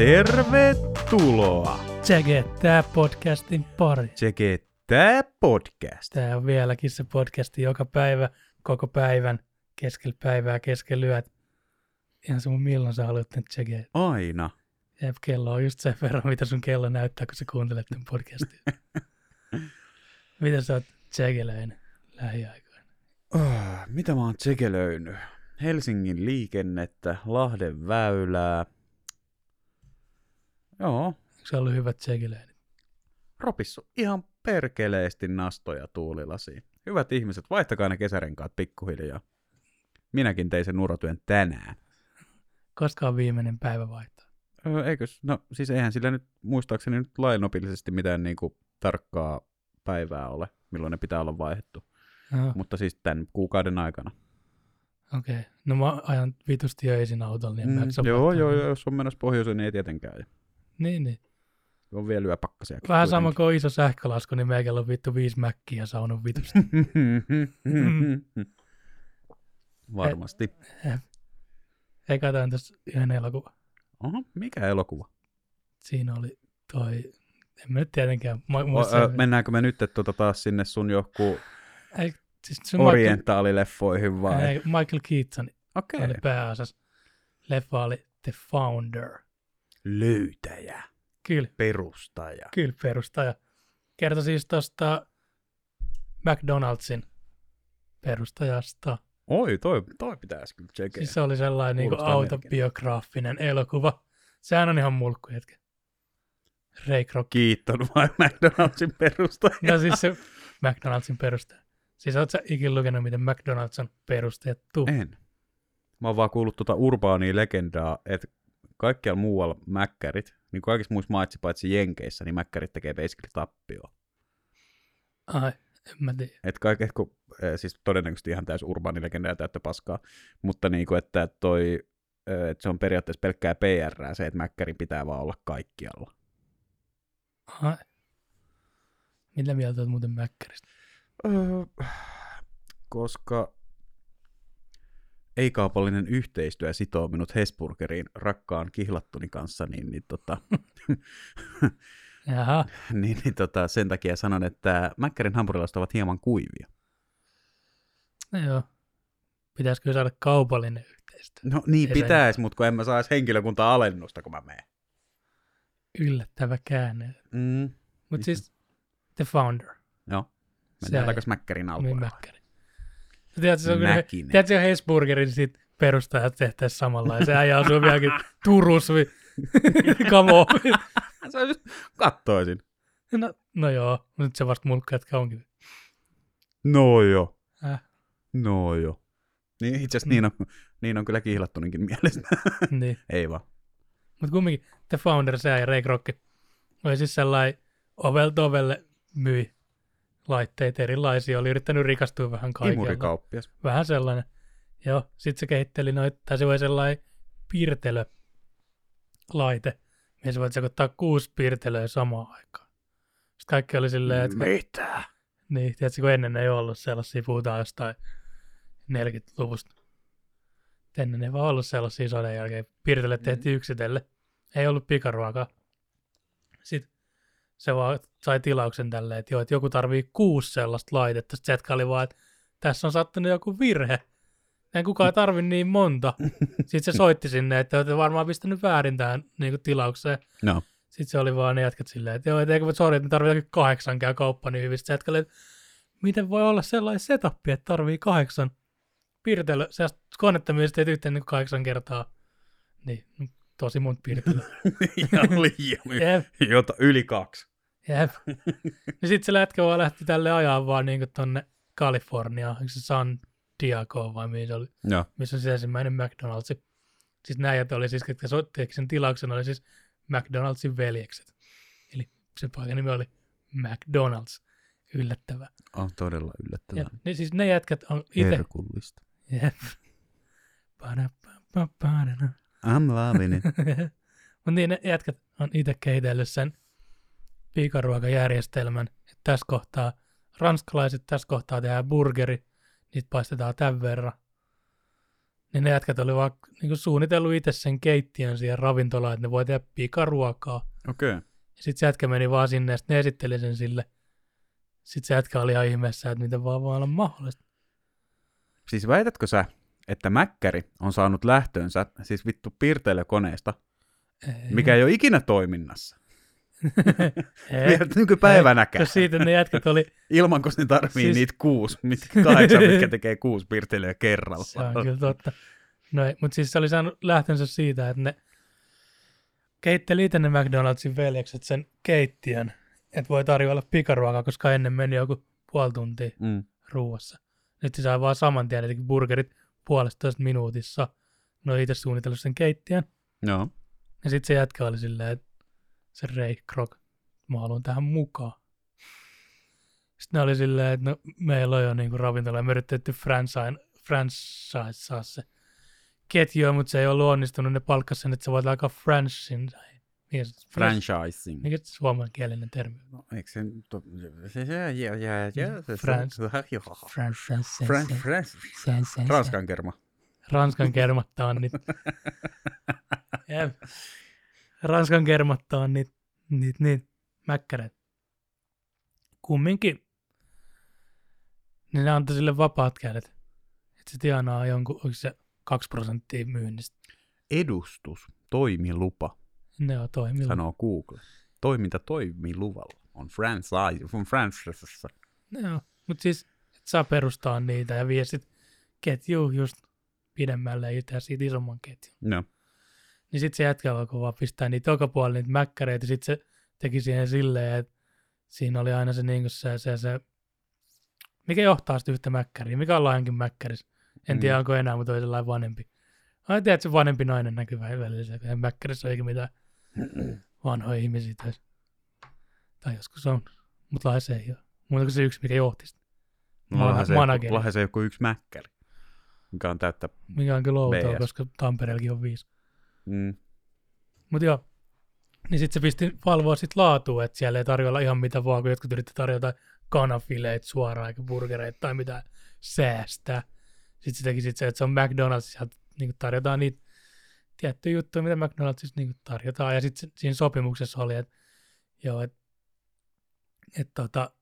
Tervetuloa! Tsekettää podcastin pari. Tsekettää podcast. Tää on vieläkin se podcasti joka päivä, koko päivän, keskellä päivää, keskellä yöt. Ihan sun milloin sä haluat nyt tseketä. Aina. Jep, kello on just sen verran, mitä sun kello näyttää, kun sä kuuntelet tämän podcastin. Mitä sä oot tsekelöinyt lähiaikoina? Mitä mä oon tsekelöinyt? Helsingin liikennettä, Lahden väylää. Joo. Onko se ollut hyvät tsekelöinnit? Ropissu ihan perkeleesti nastoja tuulilasiin. Hyvät ihmiset, vaihtakaa ne kesärenkaat pikkuhiljaa. Minäkin tein sen urotyön tänään. Koska on viimeinen päivä vaihtaa? Eikös? No siis eihän sillä nyt muistaakseni nyt lainopillisesti mitään niinku tarkkaa päivää ole, milloin ne pitää olla vaihdettu. No. Mutta siis tämän kuukauden aikana. Okei. Okay. No mä ajan vitusti öisin autolla, niin Joo, jos on menossa pohjoiseen, niin ei tietenkään. Niin. On vielä yöpakkasia. Vähän sama kuin iso sähkölasku, niin meikällä on vittu 5 mäkkiä saunut vitusti. Varmasti. Ei katsoin tässä yhden elokuva. Oho, mikä elokuva? Siinä oli toi, en mä nyt tietenkään. Mennäänkö me nyt taas sinne sun johonkin siis orientaalileffoihin vai? Ei, Michael Keaton Okei. oli pääosassa. Leffa oli The Founder. Löytäjä. Kyllä. Perustaja. Kyllä, perustaja. Kertoi siis tosta McDonald'sin perustajasta. Oi, toi pitäisi kyllä tsekata. Siis se oli sellainen niin autobiograafinen elokuva. Sehän on ihan mulkku hetken. Ray Kroc. Keaton vai McDonald'sin perustaja? No siis se McDonald'sin perustaja. Siis ootko sä ikin lukenut, miten McDonald's on perustettu? En. Mä oon vaan kuullut urbaania legendaa, että kaikkialla muualla mäkkärit, niin kaikissa muissa maissa paitsi Jenkeissä, niin mäkkärit tekee basically tappioa. Ai, en mä tiedä. Siis todennäköisesti ihan täys urbaani legenda ja täyttä paskaa, mutta niinku, että se on periaatteessa pelkkää PR, se, että mäkkärin pitää vaan olla kaikkialla. Ai. Millä mieltä olet muuten mäkkäristä? Koska ei-kaupallinen yhteistyö sitoo minut Hesburgeriin rakkaan kihlattuni kanssa, Jaha. sen takia sanon, että mäkkärin hampurilaiset ovat hieman kuivia. No joo. Pitäisikö saada kaupallinen yhteistyö? No niin pitäisi, mutta kun en mä saisi henkilökuntaa alennusta, kun mä menen. Yllättävä käänne. Mutta siis The Founder. Joo. Mennään takaisin mäkkärin alkuun. Mäkkärin. Tiedätkö, Hesburgerin sit perustajat tehtäisiin samalla, ja se äijä asuu vieläkin Turussa. Come on. Kattoisin. No joo, nyt se vasta mulkka jätkä onkin. No joo. Niin itse asiassa niin on kyllä kihlattuninkin mielestä. Niin. Ei vaan. Mutta kumminkin The Founder, se ja Ray Kroc, oli siis sellainen ovelta ovelle myi laitteita erilaisia, oli yrittänyt rikastua vähän kaikilla. Imurikauppias. Vähän sellainen. Joo, sit se kehitteli tai se oli sellainen piirtelölaite, mihin sä voit sekoittaa 6 piirtelöä samaan aikaan. Sitten kaikki oli silleen, että mitä? Niin, tiedätkö, kun ennen ei ollut sellaisia, puhutaan jostain 40-luvusta. Ennen ei vaan ollut sellaisia sodan jälkeen. Piirtelet tehtiin yksitellen. Ei ollut pikaruokaa. Sitten se vaan sai tilauksen tälleen, että joo, että joku tarvii 6 sellaista laitetta. Sitten jätkä oli vaan, että tässä on sattunut joku virhe. En kukaan tarvi niin monta. Sitten se soitti sinne, että olette varmaan pistänyt väärin tähän niin kuin tilaukseen. No. Sitten se oli vaan ne jätkät silleen, että joo, että eikö sori, että me tarvitaan 8 käy kauppa niin hyvin. Sitten jätkälle, että miten voi olla sellainen setup, että tarvii 8 piirtelyä. Se konetta myös teet yhteen niin 8 kertaa. Niin, tosi monta piirtelyä. Ihan liian. Jota yli 2. Jep. Ja sitten se lätkä vaan lähti tälle ajaa vaan niin tonne Kaliforniaan. Eikö se San Diego vai mihin se oli? Joo. Missä on se ensimmäinen McDonald's. Siis näijät oli siis, ketkä soittivat sen tilauksen, oli siis McDonald'sin veljekset. Eli se paikan nimi oli McDonald's. Yllättävää. On todella yllättävää. Niin siis ne jätkät on itse. Herkullista. Jep. I'm loving it. Mutta niin ne jätkät on itse kehitellyt sen pikaruokajärjestelmän. Että tässä kohtaa ranskalaiset, tässä kohtaa tehdään burgeri. Niitä paistetaan tämän verran. Niin ne jätkät oli vaan niin suunnitellut itse sen keittiön siihen ravintolaan, että ne voi tehdä pikaruokaa. Okei. Ja sitten se jätkä meni vaan sinne ja sitten ne esitteli sen sille. Sitten se jätkä oli ihan ihmeessä, että miten vaan voi olla mahdollista. Siis väitätkö sä, että Mäkkäri on saanut lähtönsä, siis vittu piirteilykoneesta, mikä ei ole ikinä toiminnassa? Vielä nykypäivänäkään. Siitä ne jätkät oli... Ilman, kun ne tarvii siis... niitä 8, mitkä tekee 6 piirteilyä kerralla. Se on kyllä totta. No ei, mutta siis se oli saanut lähtönsä siitä, että ne keitteli itse ne McDonaldsin veljekset sen keittiön, että voi tarjoilla pikaruokaa, koska ennen meni joku puoli tuntia ruuassa. Nyt se sai vaan saman tien, eli burgerit 1,5 minuutissa. No itse suunnitellut sen keittiön. No. Ja sitten se jätkä oli silleen, että se Ray Kroc, mä haluan tähän mukaan. Sitten ne oli silleen, että no, meillä on jo niinku ravintola, ja me yritetty franchise se ketju, mutta se ei ollut onnistunut. Ne palkkasi sen, että sä voit alkaa franchising. Mikä se suomenkielinen termi? No, eikö se... Ranskan kerma. Ranskan kermatta on niitä. Ranskan kermatta on niitä mäkkäreitä. Kumminkin. Niin ne antoi sille vapaat kädet. Että se tienaa jonkun, onko se 2% myynnistä. Edustus, toimilupa. Ne on toimilupa. Sanoo Google. Toiminta toimiluvalla. On franchise. Joo, mutta siis et saa perustaa niitä ja vie sit ketjuun just pidemmälle ja tehdä siitä isomman ketjun. No. Niin sit se jätkä alkoi vaan pistää niitä joka puolella niitä mäkkäreitä. Sit se teki siihen silleen, että siinä oli aina se niinku se mikä johtaa sitten yhtä mäkkäriä. Mikä on Lionkin mäkkärissä? En tiedä onko enää, mutta oli sellainen vanhempi. Ai tiedät, se vanhempi nainen näkyvä välillä. Eihän mäkkärissä ole eikä mitään vanhoja ihmisiä töissä. Tai joskus on. Mutta Lahdessa ei ole. Muuta kuin se yksi, mikä johti sitä. Lahdessa ei ole kuin yksi mäkkäri. Mikä on täyttä mikä on kyllä outoa, koska Tampereellakin on 5. Mutta joo. Niin sitten se pisti valvoa sit laatua, että siellä ei tarjolla ihan mitä vaan, kun jotkut yritti tarjota kanafileet suoraan, eikä burgereita tai mitään säästää. Sitten se teki se, että se on McDonald's, sieltä niin tarjotaan niitä tiettyjä juttuja, mitä McDonald'sissa niin tarjotaan. Ja sitten siinä sopimuksessa oli, että joo, että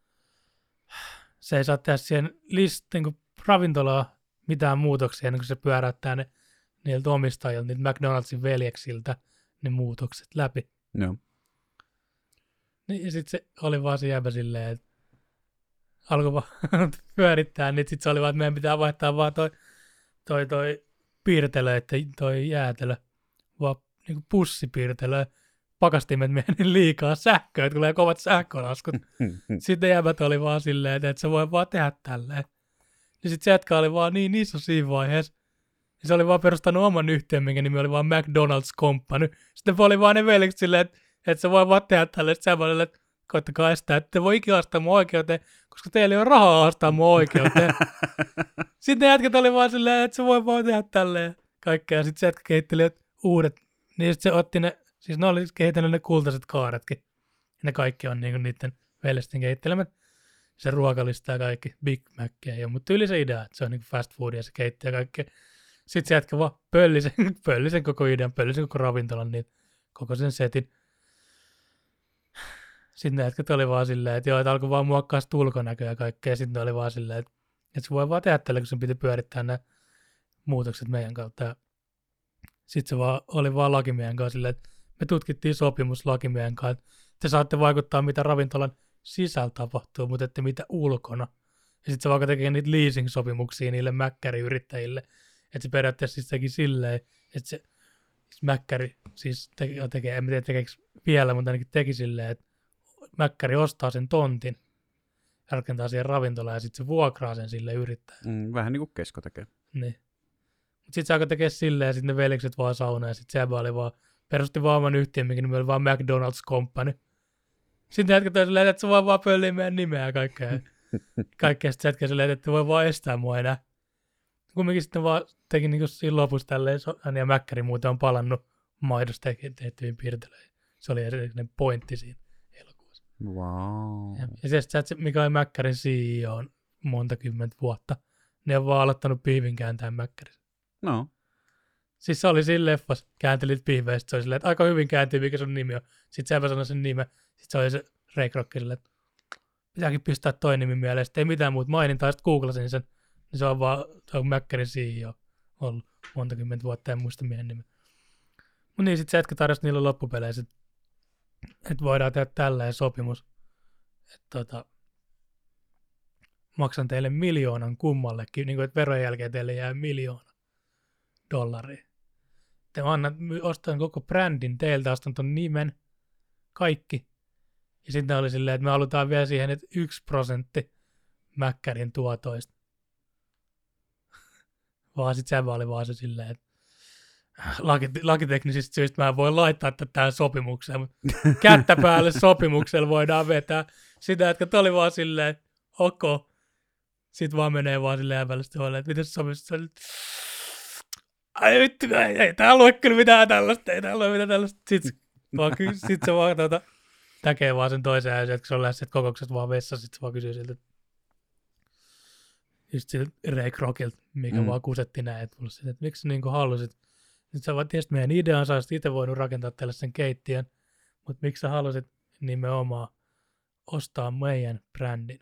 se ei saa tehdä siihen niin ravintolaan mitään muutoksia, ennen kuin se pyöräyttää ne niiltä omistajilta, niiltä McDonald'sin veljeksiltä, ne muutokset läpi. No. Niin, ja sitten se oli vaan se jäbä silleen, että alkoi vaan pyörittää, niin sitten se oli vaan, että meidän pitää vaihtaa vaan toi piirtelö, että toi jäätelö, vaan niinku pussipiirtelö, pakastimet meni liikaa sähköä, että tulee kovat sähkölaskut. Sitten jäbät oli vaan silleen, että se voi vaan tehdä tälleen. Ja sitten se jätkä oli vaan niin iso siinä vaiheessa. Ja se oli vaan perustanut oman yhtiön, minkä nimi oli vaan McDonald's Company. Sitten oli vaan ne veljekset silleen, että se voi vaan tehdä tälleen. Sitten se oli, että koittakaa estää, että te voi ikinä haastaa mun oikeuteen, koska teillä ei ole rahaa haastaa mun oikeuteen. Sitten ne jätkät oli vaan silleen, että se voi vaan tehdä tälleen kaikkea. Ja sitten se jätkä kehitteli uudet. Niin sitten se otti ne, siis ne oli kehittänyt ne kultaiset kaaretkin. Ja ne kaikki on niinku niiden veljesten kehittelemät. Se ruokalista ja kaikki, Big Mac ei ole, mutta yli se idea, että se on niinku fast food ja se keitti ja kaikkea. Sitten se jätkä vaan pölli sen koko idean, pölli sen koko ravintolan, niin koko sen setin. Sitten ne jätkät oli vaan silleen, että joo, että alkoi vaan muokkaa sitä ulkonäköä ja kaikkea. Sitten ne oli vaan silleen, että se voi vaan tehdä tällä, kun sen piti pyörittää nämä muutokset meidän kautta. Sitten se vaan oli vaan lakimiehen kanssa silleen, että me tutkittiin sopimus lakimiehen kanssa, että te saatte vaikuttaa, mitä ravintolan sisällä tapahtuu, mutta ette mitä ulkona. Ja sitten se vaikka tekee niitä leasing-sopimuksia niille mäkkäriyrittäjille. Että se periaatteessa siis teki silleen, että se mäkkäri siis tekee, en tiedä tekeekö vielä, mutta ainakin teki silleen, että mäkkäri ostaa sen tontin, rakentaa siihen ravintolaan ja sitten se vuokraa sen sille yrittäjälle. Vähän niin kuin Kesko tekee. Niin. Mutta sitten se alkoi tekee silleen ja sitten ne veljekset vaan saunaa ja sitten se oli vaan, perusti vaan oman yhtiön, mikä nimi oli vaan McDonald's Company. Sitten jätkät silleen, että se voi vaan pölliä meidän nimeä ja kaikkea. Kaikkea sitten jätkät silleen, että voi vaan estää mua enää. Kumminkin sitten vaan teki niin kuin siinä lopussa tälleen, ja mäkkäri muuten on palannut maidosta tehtyviin piirtelöihin. Se oli erillinen pointti siinä elokuvassa. Wow. Ja se, mikä on mäkkärin CEO on monta kymmentä vuotta. Ne on vaan aloittanut piivin kääntää mäkkärissä. No. Siis se oli siinä leffas, kääntelit pihveä, sit se oli silleen, että aika hyvin kääntyy, mikä sun nimi on. Sitten Säbä sanoi sen nimen, sitten se oli se Ray Kroc silleen, että pitääkin pistää toi nimi mieleen, sitten ei mitään muuta mainintaa, sitten googlasin sen, niin se on vaan, se on Mäkkärin CEO ollut monta kymmentä vuotta, en muista miehen nimen. Mutta niin, sitten se jätkä tarjosi niille loppupeleissä, että voidaan tehdä tälleen sopimus, että maksan teille 1 miljoonan kummallekin, niin kuin, että verojen jälkeen teille jää $1 miljoona. Te ostan koko brändin teiltä, ostan ton nimen, kaikki. Ja sitten oli silleen, että me halutaan vielä siihen, että 1% Mäkkärin tuotoista. Vaan sit Säbä oli vaan se silleen, että lakiteknisistä syistä mä en voi laittaa tähän sopimukseen, mutta kättä päälle sopimuksella voidaan vetää sitä, että oli vaan silleen, ok. Sitten vaan menee vaan silleen ävällisesti huoleen, että miten se sopimus on. Ai vittu, ei täällä ole kyllä mitään tällaista, ei täällä ole mitään tällaista. Sitten se vaan näkee vaan sen toisen äijän, että se on lähes kokouksesta vaan vessassa, sitten se vaan kysyy siltä, just siltä Ray Krocilta, mikä vaan kusetti näin, että miksi sä niinku halusit. Nyt sä vaan tiesit meidän idean, sä olisit itse voinut rakentaa tällaisen keittiön, mutta miksi sä halusit nimenomaan ostaa meidän brändin?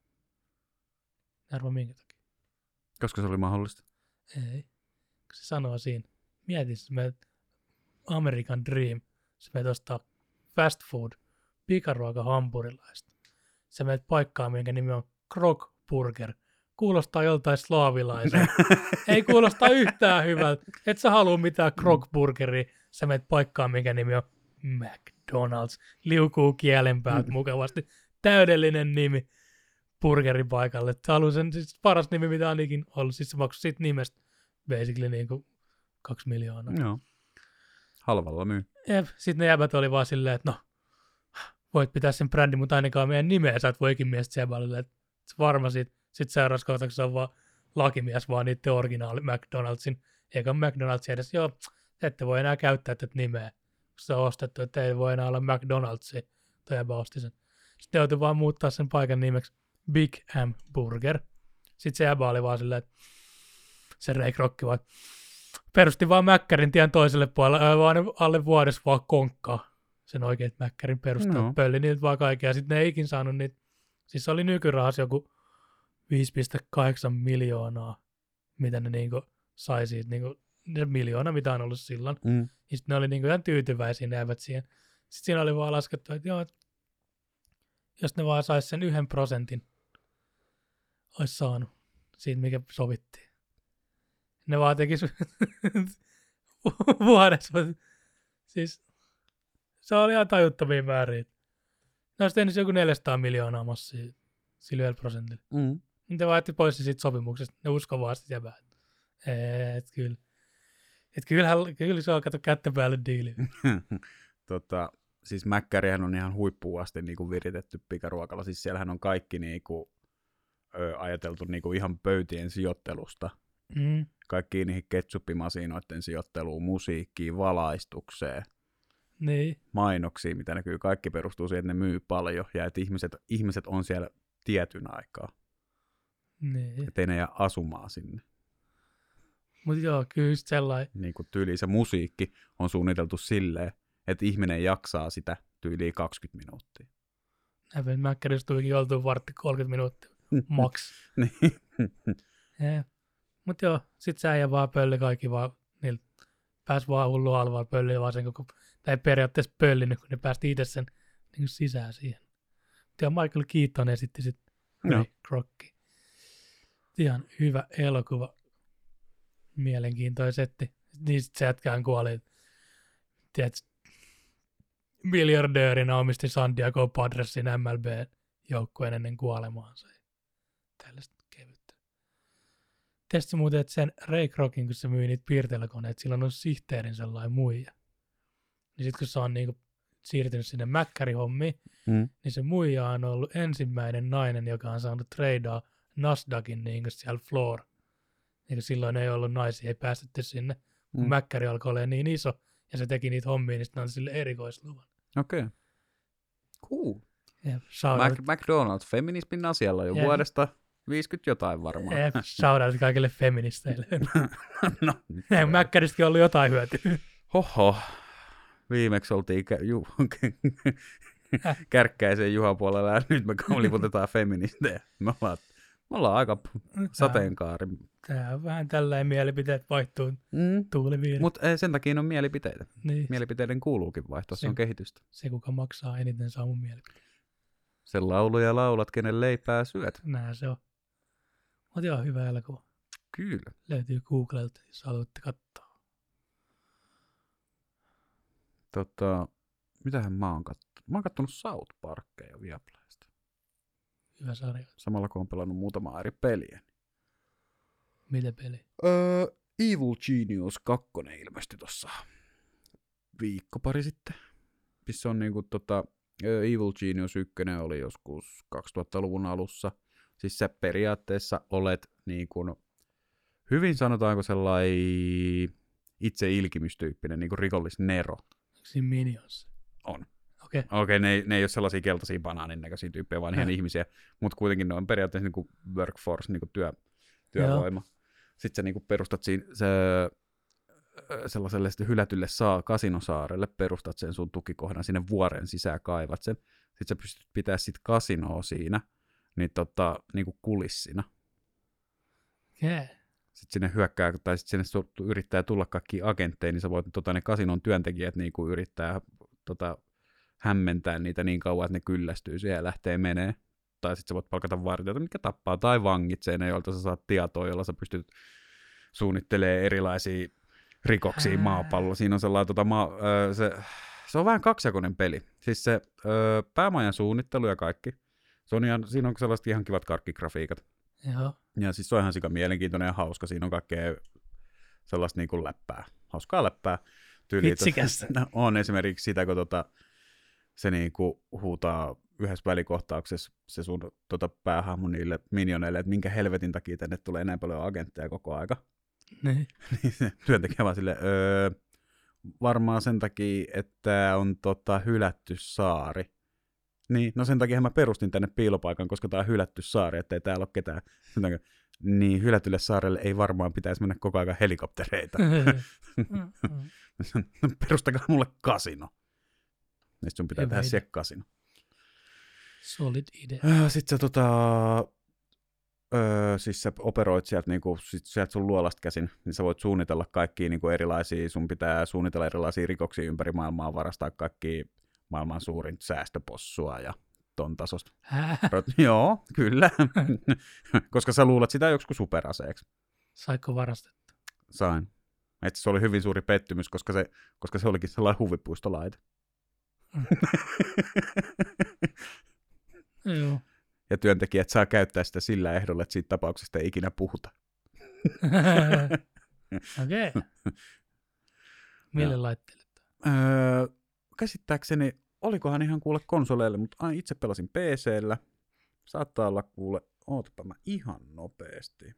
Arvaa minkä takia? Koska se oli mahdollista. Ei. Se sanoo siinä. Mietin, sä menet American Dream. Sä menet ostaa fast food, pikaruoka hampurilaista. Sä menet paikkaan, minkä nimi on Kroc Burger. Kuulostaa joltain slaavilaisen. Ei kuulosta yhtään hyvältä. Et sä halua mitään Kroc Burgeria. Sä menet paikkaan, minkä nimi on McDonald's. Liukuu kielen päältä mukavasti. Täydellinen nimi burgeripaikalle. Sä haluat sen siis paras nimi, mitä on ikin ollut. Siis se maksoi siitä nimestä basically niinku 2 miljoonaa. Joo. Halvalla myy. Sitten ne jäbät oli vaan silleen, että no, voit pitää sen brändin, mutta ainakaan meidän nimeä. Sä et voi ikin miestä jäbälle, että varma siitä. Sitten seuraavassa kohtaksi se on vaan lakimies, vaan niiden originaali McDonald'sin. Eikä McDonald's edes, joo, te ette voi enää käyttää tätä nimeä. Se on ostettu, että ei voi enää olla McDonald'si. Toi jäbä osti sen. Sitten joutui vaan muuttaa sen paikan nimeksi Big M Burger. Sitten se jäbä oli vaan silleen, että se Ray Kroc vaan perusti vaan Mäkkärin tien toiselle puolelle, vaan alle vuodessa vaan konkkaa sen oikein Mäkkärin perustaa. No. Pölli niiltä vaan kaikkea. Ja sitten ne ei ikin saanut niitä. Siis se oli nykyrahassa joku 5,8 miljoonaa, mitä ne niinku sai siitä, niinku, se miljoona, mitä on ollut silloin. Ja sitten ne oli niinku ihan tyytyväisiä, ne eivät siihen. Sitten siinä oli vaan laskettu, että joo, että jos ne vaan saisi sen 1%, olisi saanut siitä, mikä sovittiin. Ne vaan tekisi vuodessa. Siis se oli ihan tajuttomia määriä. Ne olisi tehnyt joku 400 miljoonaa massia sillä 1%. Ne vaan jätti pois siitä sopimuksesta. Ne uskoo vaan sitä jäbää. Kyllä se on kato kättä päälle diili. Siis Mäkkärihän on ihan huippuun asti niinku viritetty pikaruokalla. Siis siellähän on kaikki niinku, ajateltu niinku ihan pöytien sijoittelusta. Kaikkiin niihin ketsuppimasinoiden sijoitteluun, musiikkiin, valaistukseen, niin. Mainoksiin, mitä näkyy. Kaikki perustuu siihen, että ne myy paljon ja että ihmiset on siellä tietyn aikaa. Niin. Että ei ne jää asumaan sinne. Mutta joo, kyllä just sellainen. Niin kuin tyyliin se musiikki on suunniteltu silleen, että ihminen jaksaa sitä tyyliin 20 minuuttia. Näin Mäkkärissä tulikin oltua vartti 30 minuuttia. Max. Niin. Mutta joo, sit sä äijä vaan pölli kaikki vaan, niillä pääs vaan hullu halvalla pölliä vaan sen koko, tai periaatteessa pöllinyt, kun ne päästi itse sen niin sisään siihen. Ja Michael Keaton esitti sit Ray Krocin. Ihan hyvä elokuva. Mielenkiintoinen setti. Niin sit se jätkään kuoli. Tiedätkö, miljardöörinä omisti San Diego Padresin MLB-joukkueen ennen kuolemaansa. Tällaista kevyttä. Tiedätkö muuten, että sen Ray Krocin, kun se myy niitä piirtelykoneita, sillä on sihteerin sellainen muija. Niin sit kun se on niinku siirtynyt sinne Mäkkäri-hommiin, niin se muija on ollut ensimmäinen nainen, joka on saanut treidaa Nasdaqin niin siellä floor. Niin silloin ei ollut naisia, ei päästetty sinne, kun Mäkkäri alkoi olla niin iso, ja se teki niitä hommia, niin sitten antoi sille erikoisluvan. Okei. Okay. Cool. Yeah, McDonald's feminismin asialla jo vuodesta 50 jotain varmaan. Shoutout kaikille feministeille. No, Ei Mäkkäristäkin ollut jotain hyötyä. Hoho. Viimeksi oltiin Kärkkäisen Juhan puolella ja nyt me liputetaan feministejä. Me ollaan aika sateenkaari. Tämä on vähän tällainen mielipiteet vaihtuu tuuliviiri. Mutta sen takia on mielipiteitä. Niin. Mielipiteiden kuuluukin vaihtua, se on kehitystä. Se, kuka maksaa eniten, saa mun mielipiteen. Sen lauluja laulat, kenen leipää syöt. Näin se on. Mutta joo, hyvä elokuva. Kyllä. Löytyy Googlelta, jos haluatte katsoa. Mitähän mä oon kattonut? Mä oon kattonut South Parkia Viaplaysta. Hyvä sarja. Samalla kun oon pelannut muutama eri peliä. Mitä peli? Evil Genius 2 ilmestyi tossa viikko pari sitten. Missä on niinku Evil Genius 1 oli joskus 2000-luvun alussa. Siis sä periaatteessa olet niinku, hyvin sanotaanko sellainen itse ilkimystyyppinen niinku rikollisnero. Onko siinä Minions? On. Okei, ne ei ole sellaisia keltaisia banaanin näköisiä tyyppejä, vaan ihan ihmisiä. Mutta kuitenkin ne on periaatteessa niinku workforce, niinku työvoima. Joo. Sitten sä niinku perustat sellaiselle hylätylle kasinosaarelle, perustat sen sun tukikohdan, sinne vuoren sisään kaivat sen. Sitten sä pystyt pitämään sit kasinoa siinä, niin niinku kulissina. Yeah. Sitten sinne hyökkää, tai sitten sinne yrittää tulla kaikki agentteja, niin sä voit ne kasinon työntekijät niinku yrittää hämmentää niitä niin kauan, että ne kyllästyy siihen ja lähtee menee. Tai sitten sä voit palkata vartijoita, mitkä tappaa, tai vangitsee ne, joilta sä saat tietoa, jolla sä pystyt suunnittelemaan erilaisia rikoksia maapallolla. Siinä on sellainen, se on vähän kaksijakoinen peli. Siis se päämajan suunnittelu ja kaikki. Siinä on sellaiset ihan kivat karkkigrafiikat. Joo. Ja siis se on ihan sika mielenkiintoinen ja hauska. Siinä on kaikkea sellaista niin kuin läppää. Hauskaa läppää. Vitsikästä. On esimerkiksi sitä, kun se niinku huutaa yhdessä välikohtauksessa se sun päähahmo niille minioneille, että minkä helvetin takia tänne tulee näin paljon agentteja koko aika. Niin. Se työntekijä vaan silleen, varmaan sen takia, että on hylätty saari. Niin, no sen takia mä perustin tänne piilopaikan, koska tää on hylätty saari, ettei täällä ole ketään. Niin, hylätylle saarelle ei varmaan pitäisi mennä koko ajan helikoptereita. Perustakaa mulle kasino. Ja sit sun pitää tehdä siellä kasino. Solid idea. Sitten sä siis sä operoit sieltä, niinku, sieltä sun luolasta käsin, niin sä voit suunnitella kaikkia niinku erilaisia, sun pitää suunnitella erilaisia rikoksia ympäri maailmaa, varastaa kaikki maailman suurin säästöpossua ja ton tasosta. Joo, kyllä. Koska sä luulet sitä joksikin superaseeksi. Saitko varastettu? Sain. Et se oli hyvin suuri pettymys, koska se olikin sellainen huvipuistolaite. Joo. Ja työntekijät saa käyttää sitä sillä ehdolla, että siitä tapauksesta ei ikinä puhuta. Okei. Mille laitteelle? Käsittääkseni, olikohan ihan kuule konsoleille, mutta itse pelasin PC:llä. Saattaa olla kuule, ootapa mä ihan nopeasti.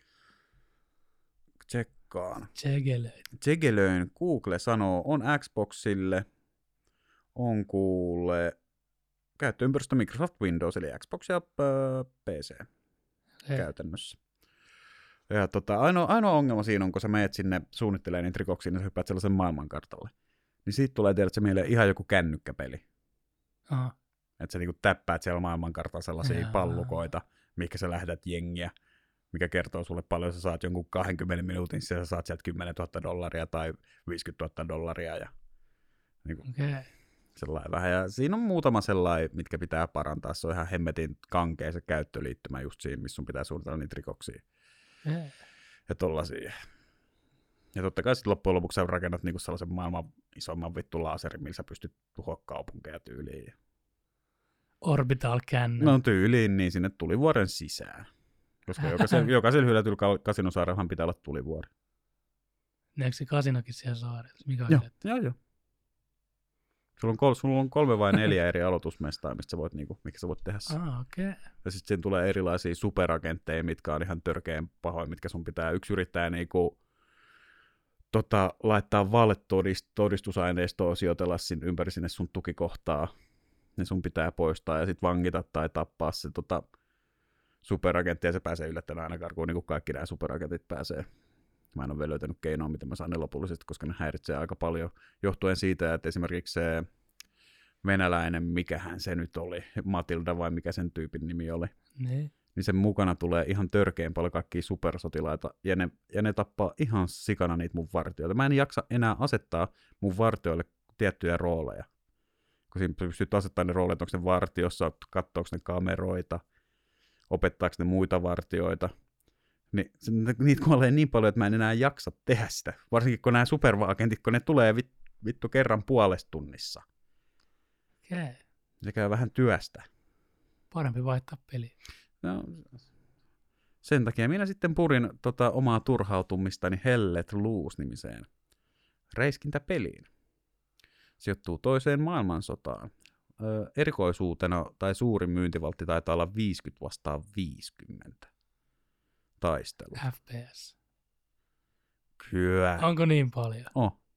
Tsekkaan. Tsegelöin. Google sanoo, on Xboxille, on kuule käyttöympäristö Microsoft Windows, eli Xbox ja PC käytännössä. Ja ainoa ongelma siinä on, kun sä meet sinne suunnittelemaan niitä rikoksia, niin sä hyppäät sellaisen maailmankartalle. Niin siitä tulee tiedät, että se mieleen ihan joku kännykkäpeli. Että sä niinku täppäät siellä maailmankartalla sellaisia pallukoita, mikä sä lähdät jengiä, mikä kertoo sulle paljon, sä saat jonkun 20 minuutin, sä saat sieltä $10,000 tai $50,000 ja niinku, sellainen vähän. Ja siinä on muutama sellainen, mitkä pitää parantaa. Se on ihan hemmetin kankea se käyttöliittymä just siinä, missä sun pitää suunnitella niitä rikoksia. Ja tollasia. Ja totta kai sitten loppujen lopuksi sä rakennat niinku sellaisen maailman isomman vittu laserin, millä sä pystyt tuhoa kaupunkeja tyyliin. Orbital Cannon. No tyyliin, niin sinne tulivuoren sisään. Koska jokaisella hylätyllä kasinosaarellaan pitää olla tulivuori. Eikö se kasinokin siellä saarella? Mikä Joo. Sulla on 3 vai 4 eri aloitusmestaa, mikä sä voit tehdä. Okay. Ja sitten siihen tulee erilaisia superagentteja, mitkä on ihan törkeän pahoja, mitkä sun pitää. Yksi yrittää niinku laittaa valletodistusaineistoa sijoitella ympäri sinne sun tukikohtaa. Ne sun pitää poistaa ja sitten vangita tai tappaa se superagentti ja se pääsee yllättäen aina karkuun, niin kuin kaikki nämä superagentit pääsee. Mä en ole vielä löytänyt keinoa, miten mä saan ne lopullisesti, koska ne häiritsee aika paljon, johtuen siitä, että esimerkiksi se venäläinen, mikähän se nyt oli, Matilda vai mikä sen tyypin nimi oli, niin sen mukana tulee ihan törkeän paljon kaikkia supersotilaita, ja ne tappaa ihan sikana niitä mun vartijoita. Mä en jaksa enää asettaa mun vartijoille tiettyjä rooleja. Kun siinä pystyt asettamaan ne rooleja, onko ne vartiossa, katsoako ne kameroita, opettaako ne muita vartioita. Niin, niitä kuolee niin paljon, että mä en enää jaksa tehdä sitä. Varsinkin kun nämä supervaagentit, kun ne tulee vittu kerran puolesta tunnissa. Okay. Se käy vähän työstä. Parempi vaihtaa peliä. No, sen takia minä sitten purin omaa turhautumistani Hell Let Loose-nimiseen räiskintäpeliin. Sijoittuu toiseen maailmansotaan. Erikoisuutena tai suurin myyntivaltti taitaa olla 50-50 taistelu. FPS. Kyllä. Onko niin paljon?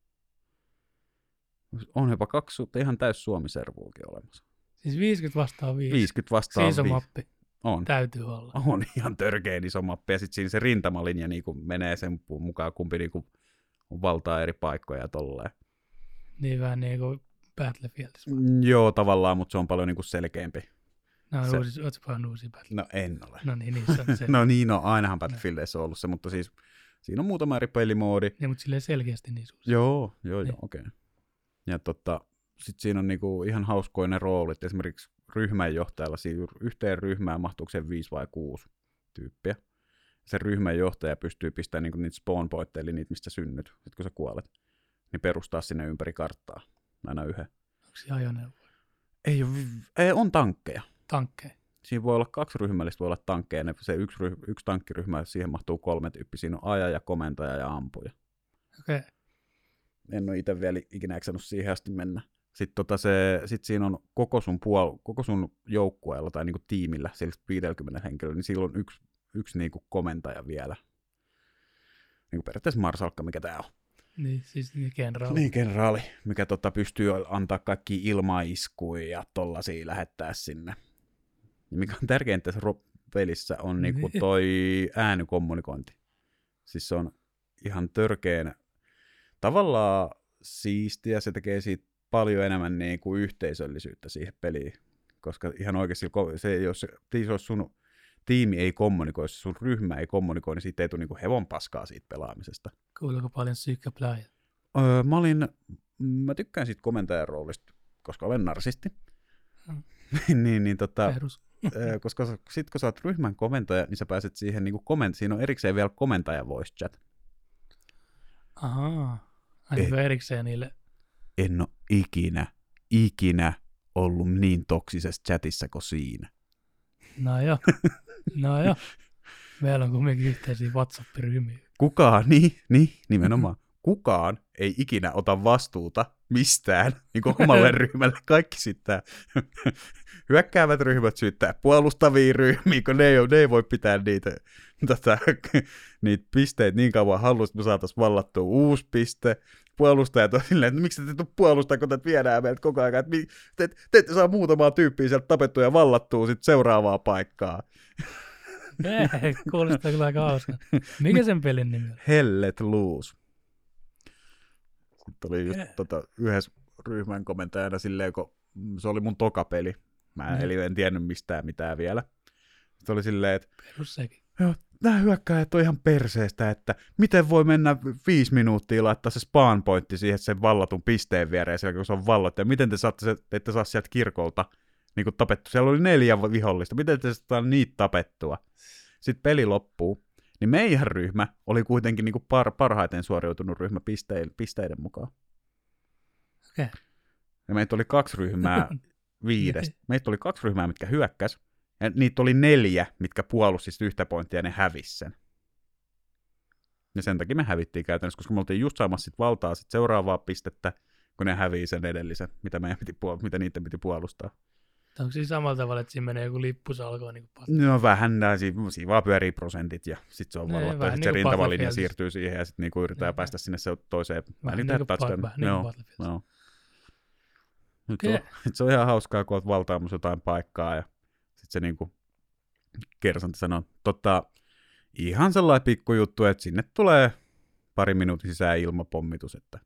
On jopa 2 ihan täys Suomi-servuukin olemassa. Siis 50-50? 50-50. Iso mappi. On. Täytyy olla. On ihan törkeän iso mappi. Ja sitten siinä se rintamalinja niin menee sen mukaan, kumpi niin valtaa eri paikkoja ja tolleen. Niin vähän niin kuin Battlefieldissä. Joo, tavallaan, mutta se on paljon niin kuin selkeämpi. No, ootko paljon uusia Battlefieldia? No en ole. No niin, niissä on se. No niin, ainahan Battlefieldissä on ollut se, mutta siis siinä on muutama eri pelimoodi. Niin, mutta silleen selkeästi niin uusia. Joo, okei. Ja sitten siinä on niinku ihan hauskoja ne roolit. Esimerkiksi ryhmänjohtajalla, yhteen ryhmään mahtuuko se 5 vai 6 tyyppiä. Se ryhmänjohtaja pystyy pistämään niinku niitä spawn pointteja, eli niitä, mistä synnyt, sit kun sä kuolet, niin perustaa sinne ympäri karttaa. Aina yhden. Onko se ajoneuvoja? Ei, on tankkeja. Tankkeja? Siinä voi olla 2 ryhmällistä, voi olla tankkeja. Se yksi tankkiryhmä, siihen mahtuu 3 tyyppiä. Siinä on ajaja, komentaja ja ampuja. Okei. Okay. En ole itse vielä ikinä eksännyt siihen asti mennä. Sitten siinä on koko sun joukkueella tai niinku tiimillä, sillä 50 henkilöllä, niin sillä on yksi niinku komentaja vielä. Niinku periaatteessa marsalkka, mikä tää on. Niin, siis kenraali. Niin, kenraali, mikä pystyy antaa kaikki ilmaiskuja ja tollasia lähettää sinne. Ja mikä on tärkeintä tässä pelissä on niinku toi äänikommunikointi. Siis se on ihan törkeän tavallaan siistiä, se tekee siitä paljon enemmän niin kuin yhteisöllisyyttä siihen peliin, koska ihan oikeasti jos sun tiimi ei kommunikoi, jos sun ryhmä ei kommunikoi, niin siitä ei tule niin kuin hevon paskaa siitä pelaamisesta. Kuuluuko paljon psyykkäpläjä? Mä tykkään siitä komentajan roolista, koska olen narsisti. Perus. Koska sit kun sä oot ryhmän komentaja, niin sä pääset siihen niin kuin siinä on erikseen vielä komentaja voice chat. Ahaa. Aina erikseen niille. En ole ikinä ollut niin toksisessa chatissa kuin siinä. No joo. Meillä on kumminkin yhteisiä WhatsApp-ryhmiä. Nimenomaan. Kukaan ei ikinä ota vastuuta mistään niin kuin omalle ryhmälle. Kaikki sitten hyökkäävät ryhmät syyttää puolustavia ryhmiä, kun ne ei voi pitää niitä pisteitä niin kauan hallussa, että me saataisiin vallattua uusi piste. Puolustajat on silleen, että miksi te ette puolustaa, kun tätä viedään meiltä koko ajan, että te ette saa muutamaa tyyppiä sieltä tapettua ja vallattua sitten seuraavaa paikkaa. Kuulostaa kyllä aika hauska. Mikä sen pelin nimi on? Hell Let Loose. Sitten oli just yhdessä ryhmän komentajana silleen, kun se oli mun toka peli. Eli en tiennyt mistään mitään vielä. Sitten oli silleen, että perus sekin. Joo, nämä hyökkäjät on ihan perseestä, että miten voi mennä 5 minuuttia laittaa se spawn pointti siihen sen vallatun pisteen viereen, kun se on vallattu. Ja miten te ette saa sieltä kirkolta niin kuin tapettua? Siellä oli 4 vihollista. Miten te saa niitä tapettua? Sitten peli loppuu. Niin meidän ryhmä oli kuitenkin niin kuin parhaiten suoriutunut ryhmä pisteiden mukaan. Okei. Okay. Ja meitä oli 2 ryhmää 5. Meitä oli 2 ryhmää, mitkä hyökkäs. Ja niitä oli 4, mitkä puolusti yhtä pointtia ja ne hävisi sen. Ja sen takia me hävittiin käytännössä, koska me oltiin just saamassa sit valtaa sit seuraavaa pistettä, kun ne hävii sen edellisen, mitä niiden piti puolustaa. Onko siis samalla tavalla, että siinä menee joku lippusalko? Niin no vähän, siinä vaan pyörii prosentit ja sitten se on vallattu. Ja sitten se rintamalinja siirtyy siihen ja sitten niinku yritetään päästä sinne se toiseen. Vähän niin kuin Battlefields. Se on ihan hauskaa, kun olet valtaamassa jotain paikkaa ja sitten se niinku kersantti sanoi, ihan sellainen pikkujuttu, että sinne tulee pari minuutin sisään ilmapommitus, että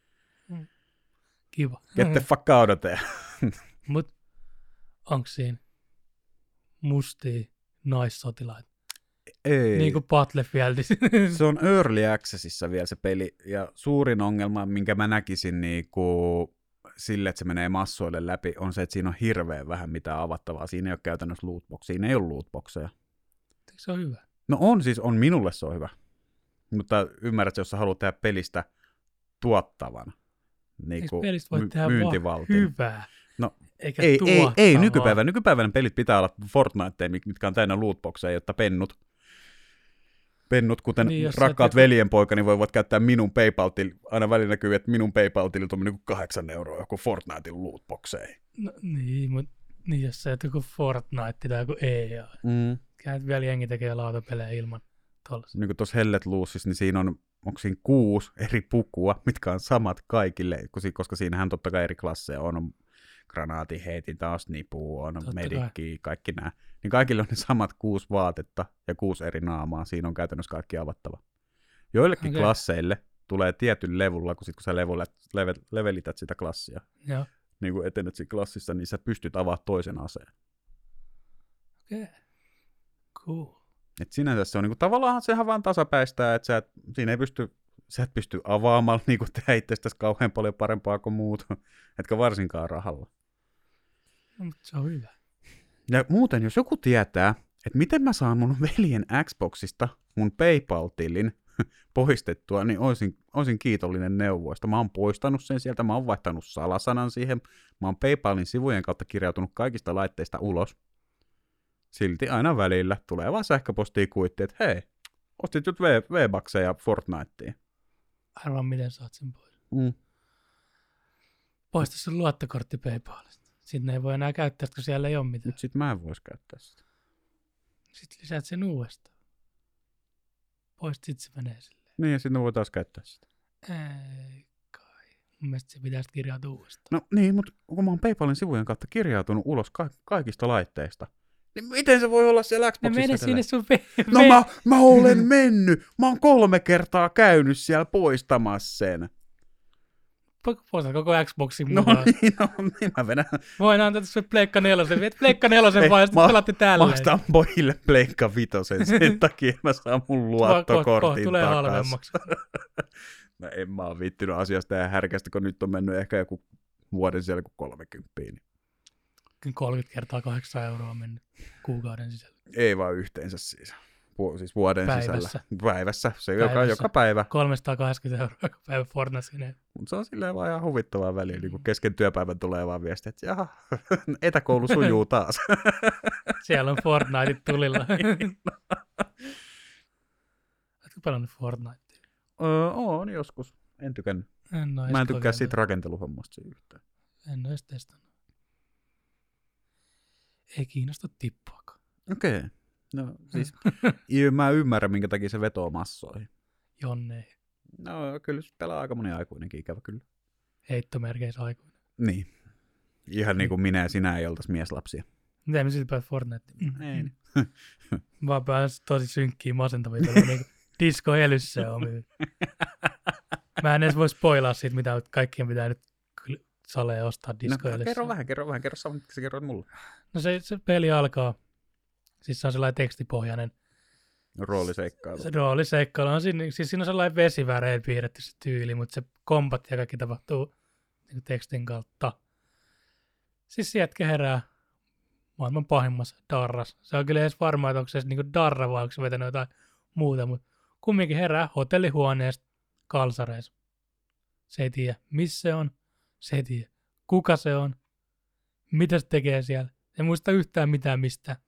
Kiva. get the fuck out of there. Mut onko siinä mustia naissotilaita? Ei. Niin kuin Battlefieldissä. Se on Early Accessissa vielä se peli, ja suurin ongelma, minkä mä näkisin niinku sille, että se menee massoille läpi, on se, että siinä on hirveän vähän mitään avattavaa. Siinä ei ole käytännössä lootboxia, siinä ei ole lootboxeja. Eikö se ole hyvä? No on minulle se on hyvä. Mutta ymmärrät, että jos sä haluat tehdä pelistä tuottavan, niin kuin pelistä voi tehdä myyntivaltin. Hyvää? No, eikä ei nykypäivänä pelit pitää olla Fortnite, mitkä on täynnä lootboxeja, jotta pennut, kuten niin, rakkaat veljenpoikani, voivat käyttää minun PayPal-tilin. Aina välillä näkyy, että minun PayPal-tililtä on niin 8 € joku Fortnitein lootboxeihin. No, niin, mutta niin, jos sä et joku Fortnite tai joku EA. Käyt vielä jengi tekee lautapelejä ilman tollaista. Niin kuin tuossa Hellet Loosissa, niin siinä onko siinä 6 eri pukua, mitkä on samat kaikille, koska siinähän totta kai eri klasseja on granaatin heitin, taas nipu, on medikki, kaikki nämä. Niin kaikille on ne samat 6 vaatetta ja 6 eri naamaa. Siinä on käytännössä kaikki avattava. Joillekin klasseille tulee tietyn levulla, kun sä levelität sitä klassia, niin kun etenet siinä klassissa, niin sä pystyt avaamaan toisen aseen. Okei. Cool. Et sinänsä se on niinku, tavallaan sehän vaan tasapäistää, että sä et pysty avaamaan niinku tehdä itsestäsi kauhean paljon parempaa kuin muut, etkä varsinkaan rahalla. No, mutta se on hyvä. Ja muuten, jos joku tietää, että miten mä saan mun veljen Xboxista mun PayPal-tilin poistettua, niin olisin kiitollinen neuvoista. Mä oon poistanut sen sieltä, mä oon vaihtanut salasanan siihen, mä oon PayPalin sivujen kautta kirjautunut kaikista laitteista ulos. Silti aina välillä tulee vaan sähköpostiin kuitti, että hei, ostit nyt V-Buckseja Fortniteen. Arvaa, miten saat sen pois. Poista sun luottokortti PayPalista. Sitten ei voi enää käyttää, kun siellä ei ole mitään. Nyt sit mä en vois käyttää sitä. Sitten lisäät sen uudestaan. Poista, sit se menee silleen. Niin, ja sitten voi taas käyttää sitä. Ei kai. Mun mielestä se pitäisi kirjautua uudestaan. No niin, mutta kun mä oon PayPalin sivujen kautta kirjautunut ulos kaikista laitteista, niin miten se voi olla siellä Xboxissa? Ne mene sinne sun No mä olen mennyt. Mä oon 3 kertaa käynyt siellä poistamassa sen. Poistat koko Xboxin mukaan. Niin mä vedän. Voin antaa tässä Pleikka 4. Viet Pleikka 4 vaan ja sitten pelaatte tälleen. Mä ostan pojille Pleikka 5 sen takia, mä saan mun luottokortin tulee halvemmaksi. No en mä oo viittynyt asiasta ja härkästä, kun nyt on mennyt ehkä joku vuoden siellä kuin 30. Niin. 30 kertaa 8 € on mennyt kuukauden sisällä. Ei vaan yhteensä siis vuoden sisällä. Päivässä. Se joka päivä. 380 € joka päivä Fortnite. Mutta se on silleen vaan ihan huvittavaa väliin, niin kun kesken työpäivän tulee vaan viesti, että jaha, etäkoulu sujuu taas. Siellä on Fortnite tulilla. Oletko pelannut Fortnitea? On joskus. En tykännyt. Mä en tykkää siitä rakenteluhommasta yhtään. En ole edes testannut. Ei kiinnosta tippuakaan. Okei. No siis mä ymmärrän, minkä takia se vetoo massoihin. Jonne. No kyllä se pelaa aika moni aikuinenkin, ikävä kyllä. Heittomerkeissä aikuinen. Niin. Ihan niin kuin minä ja sinä ei oltaisi mieslapsia. Mitä me sitten pääsit Fortniteen? Ei. Vaan pääsit tosi synkkiä masentavia. Niin disco-elyssä on. Mä en edes voi spoilaa siitä, mitä kaikkien pitää nyt salee ostaa disco-elyssä. No, kerro vähän. Kerro saman, mitä sä kerroit mulle. No se peli alkaa. Siis se on sellainen tekstipohjainen. Rooliseikkailu. Se rooliseikkailu on siinä, siis siinä on sellainen vesivärein piirretty se tyyli, mutta se kombat ja kaikki tapahtuu niin tekstin kautta. Siis jätkä herää maailman pahimmassa darras. Se on kyllä edes varma, että onko se niin darra vai onko se vetänyt jotain muuta, mutta kumminkin herää hotellihuoneesta kalsareissa. Se ei tiedä, missä se on. Se ei tiedä, kuka se on. Mitä se tekee siellä. Ei muista yhtään mitään mistään.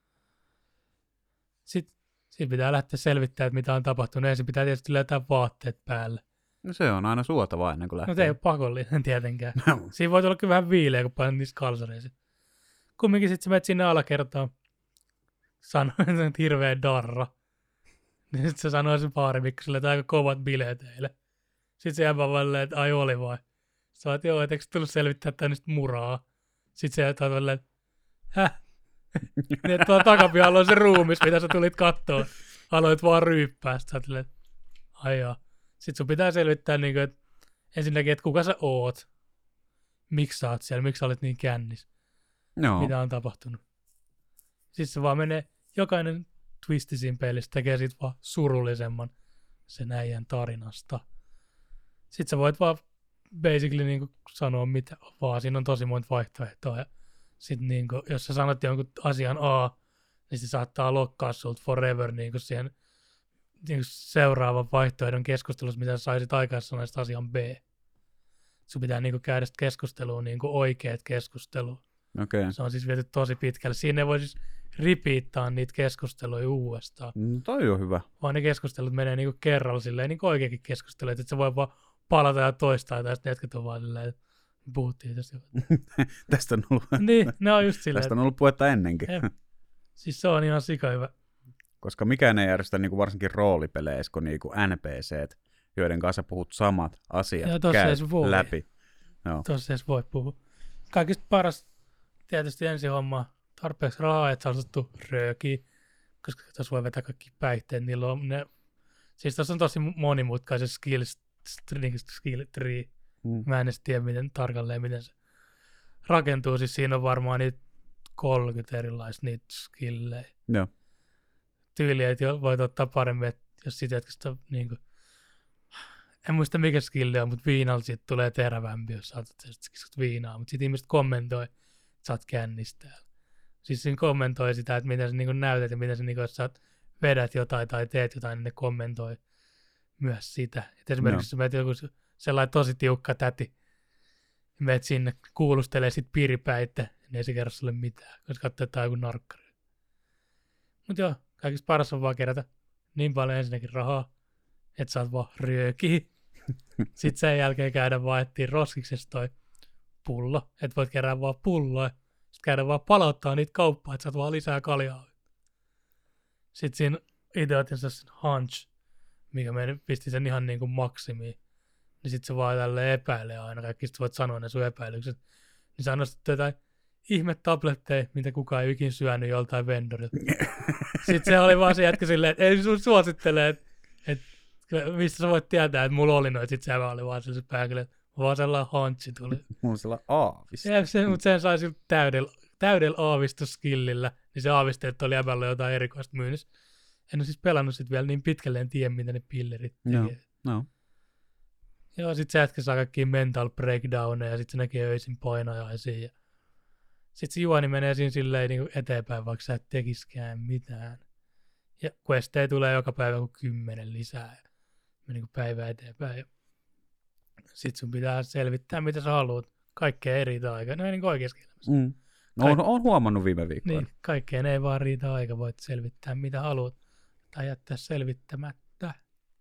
Sitten pitää lähteä selvittämään, että mitä on tapahtunut. Ensin pitää tietysti löytää vaatteet päälle. No se on aina suotavaa ennen kuin lähtee. No se ei ole pakollinen tietenkään. No. Siinä voi tulla kyllä vähän viileä, kun painat niistä kalsareisiin. Kumminkin sitten sä menet sinne alakertaan. Sanoo, että hirveä darra. Niin sitten se sanoo sen baarimikkoselle, että aika kovat bileet teille. Sitten se jää vaan että ai oli vai. Sä oot, joo, etteikö tullut selvittää tänne muraa. Sitten se jää että Niin, että tuolla takapihalla on se ruumis, mitä sä tulit kattoon. Aloit vaan ryyppää. Sitten sä oot ai jaa. Sitten sun pitää selvittää, niin kuin, että ensinnäkin, että kuka sä oot. Miksi sä oot siellä, miksi sä olet niin kännis. No. Mitä on tapahtunut. Sitten se vaan menee, jokainen twisti siinä pelissä tekee siitä vaan surullisemman sen äijän tarinasta. Sitten sä voit vaan basically niin kuin sanoa mitä vaan. Siinä on tosi monta vaihtoehtoa. Ja sitten niin kuin, jos sä sanot jonkun asian A, niin se saattaa lokkaa sulta forever niin kuin siihen niin kuin seuraavan vaihtoehdon keskustelussa, mitä sä saisit aikaisemmin sanoa asian B. Sun pitää niin kuin käydä sitä keskustelua, niin kuin oikeat keskustelua. Okay. Se on siis viety tosi pitkälle. Siinä ei voi siis repeattaa niitä keskusteluja uudestaan. No, toi on hyvä. Vaan ne keskustelut menee niinku kerralla silleen niinku oikeakin keskustelu, että se voi vaan palata ja toistaa, tai sitten jätkät on vaan silleen, että puhuttiin tästä. Tästä on ollut, Niin, ne on just silleen. tästä on ollut puhetta ennenkin. Siis se on ihan sika hyvä. Koska mikään ei järjestä niinku varsinkin roolipeleissä, kun niinku NPCt, joiden kanssa puhut samat asiat, käy läpi. No. Tossa edes voi puhua. Kaikista paras tietysti ensi homma tarpeeksi rahaa, että saa ostettu röökiä, koska tuossa voi vetää kaikki päihteet. Niillä on ne, siis tuossa on tosi monimutkainen skill tree. Mä en edes tiedä tarkalleen, miten se rakentuu. Siis siinä on varmaan niitä 30 erilaista niitä skillejä. Joo. Tyyliä, että voit ottaa paremmin, että jos siitä hetkestä niin kuin, en muista mikä skilli on, mutta viinalla siitä tulee terävämpi, jos saatat viinaa. Mutta sitten ihmiset kommentoi, että sä oot kännistä. Siis siinä kommentoi sitä, että miten sä niin näytät ja miten sä, niin jos sä vedät jotain tai teet jotain, niin ne kommentoi myös sitä. Et esimerkiksi jos meet joku sellainen tosi tiukka täti, ja meet sinne kuulustelee sit piiripäitä, niin ei se kerro sulle mitään, koska katsoo, että joku narkkari. Mutta joo, kaikista paras on vaan kerätä niin paljon ensinnäkin rahaa, että saat vaan ryökiä. Sitten sen jälkeen käydä vaan etsiä roskiksesta toi pullo, että voit kerää vaan pulloa. Sitten käydä vaan palauttaa niitä kauppaa, että saat vaan lisää kaljaa. Sitten siinä itse otin sen hunch, mikä me pisti sen ihan niin kuin maksimiin. Niin sitten se vaan tälleen epäilee aina kaikki. Sitten voit sanoa ne sun epäilykset. Niin sä nostat jotain ihme-tabletteja, mitä kukaan ei ikin syönyt joltain vendorilta. Sitten se oli vaan se jätkä silleen, että ei sun suosittele, että mistä sä voit tietää, että mulla oli noita. Sitten se oli vaan sellaisen pääkille, että vaan sellainen hunchi tuli. Mulla on sellainen aavis. Mutta sen sai siltä täydellä aavistuskillillä, niin se aavisti, että oli jäbällä jotain erikoista myynnissä. En ole siis pelannut sit vielä niin pitkälle, en tiedä, mitä ne pillerit tekee. No. Joo, sit se jätkä saa kaikkia mental breakdowneja, ja sit se näkee öisin painajaisia. Ja sit se juoni menee siinä silleen niin eteenpäin, vaikka sä et tekiskään mitään. Ja questejä tulee joka päivä kuin 10 lisää. Ja me niin päivä eteenpäin. Ja sit sun pitää selvittää, mitä sä haluat. Kaikkea ei riitä aikaa. No ei niin oikeassa elämässä. No, on huomannut viime viikkoina. Niin, kaikkeen ei vaan riitä aika. Voit selvittää, mitä haluat. Tai jättää selvittämättä.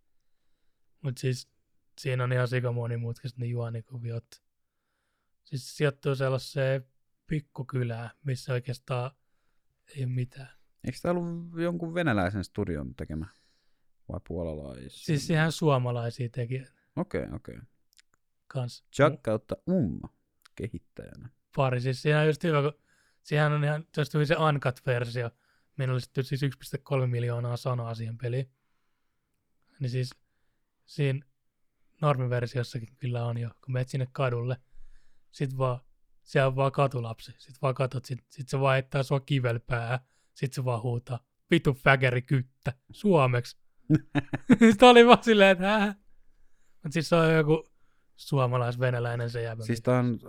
Mut siis siinä on ihan sikamonimutkaisesti ne juonikuviot. Siis sijoittuu sellaiseen pikkukylään, missä oikeastaan ei ole mitään. Eikö tämä ollut jonkun venäläisen studion tekemä? Vai puolalaisen? Siis ihan suomalaisia tekijöitä. Okei. Kans. Chuck kautta Umma kehittäjänä. Pari. Siis siinä on just hyvä, kun siihen on ihan se uncut-versio. Meillä oli siis 1,3 miljoonaa sanaa siihen peliin. Niin siis siinä normiversiossakin kyllä on jo, kun menet sinne kadulle. Sit vaan, siellä on vaan katulapsi. Sit vaan katot, sit se vaan heittää sua kivelpäähän. Sit se vaan huutaa, vitu fägeri kyttä, suomeksi. Sitten oli vaan silleen, että Mut siis se on joku suomalais-venäläinen se jäbä. Siis tää on,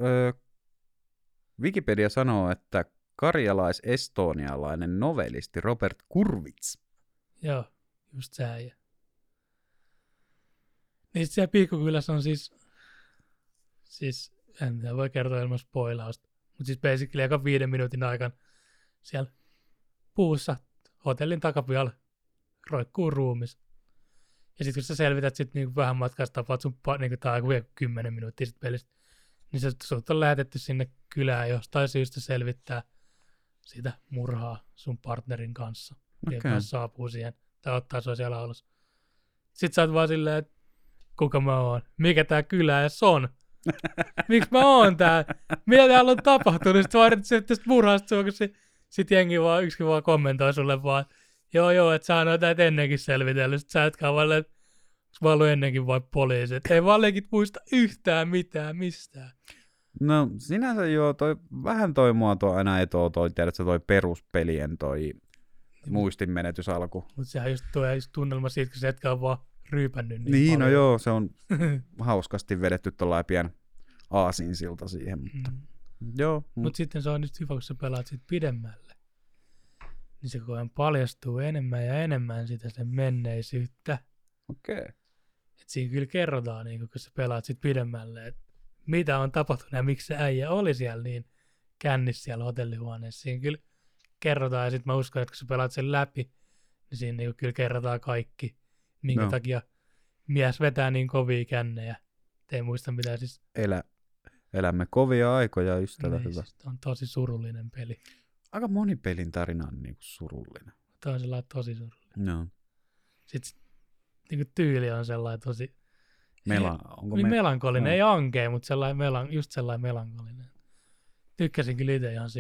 Wikipedia sanoo, että karjalais-estonialainen novelisti Robert Kurvits. Joo, just se äijä. Niin siellä pikkukylässä on siis en tiedä, voi kertoa ilman spoilausta, mutta siis basically aika 5 minuutin aikana siellä puussa hotellin takapihalla roikkuu ruumis. Ja sitten kun sä selvität sit niinku vähän matkasta, tapaat sun niinku tää 10 minuuttia sit pelistä, niin sut on lähetetty sinne kylään jostain syystä selvittää sitä murhaa sun partnerin kanssa. Okay. Joka saapuu siihen tai ottaa sua siellä alussa. Sitten sä oot vaan silleen, että kuka mä oon? Mikä tää kylä edes on? Miksi mä oon tää? Mitä täällä on tapahtunut? Sitten vaadit tästä murhaasta sua, kun Sitten jengi vaan, yksikin vaan kommentoi sulle vaan, joo, että sä oot näitä ennenkin selvitellyt. Sitten sä etkä vaan, että mä ollut ennenkin vai poliisi. Että ei vaan leikit muista yhtään mitään mistään. No sinänsä joo, vähän toi mua aina etoo tiedätkö, toi peruspelien toi muistinmenetysalku. Mutta sehän just tuo tunnelma siitä, kun sä etkä on vaan ryypännyt niin Niin, paljon. no joo, se on hauskasti vedetty tuollainen pieni aasinsilta siihen, mutta joo. Mutta sitten se on nyt hyvä, kun sä pelaat sit pidemmälle. Niin se koko ajan paljastuu enemmän ja enemmän sitä sen menneisyyttä. Okei. Et siinä kyllä kerrotaan, niin kun sä pelaat sit pidemmälle, että mitä on tapahtunut ja miksi se äijä oli siellä niin kännissä siellä hotellihuoneessa. Siinä kyllä kerrotaan ja sitten mä uskon, että kun sä pelaat sen läpi, niin siinä niin kyllä kerrotaan kaikki, minkä takia mies vetää niin kovia kännejä. Te ei muista mitä siis. Elämme kovia aikoja, ystävä niin, hyvä. Siis on tosi surullinen peli. Aika moni pelin tarina on niinku surullinen. Tämä on sellainen tosi surullinen. No. Sitten niinku tyyli on sellainen tosi No. melankolinen, ei ankea, mutta just sellainen melankolinen. Tykkäsin kyllä itse ihan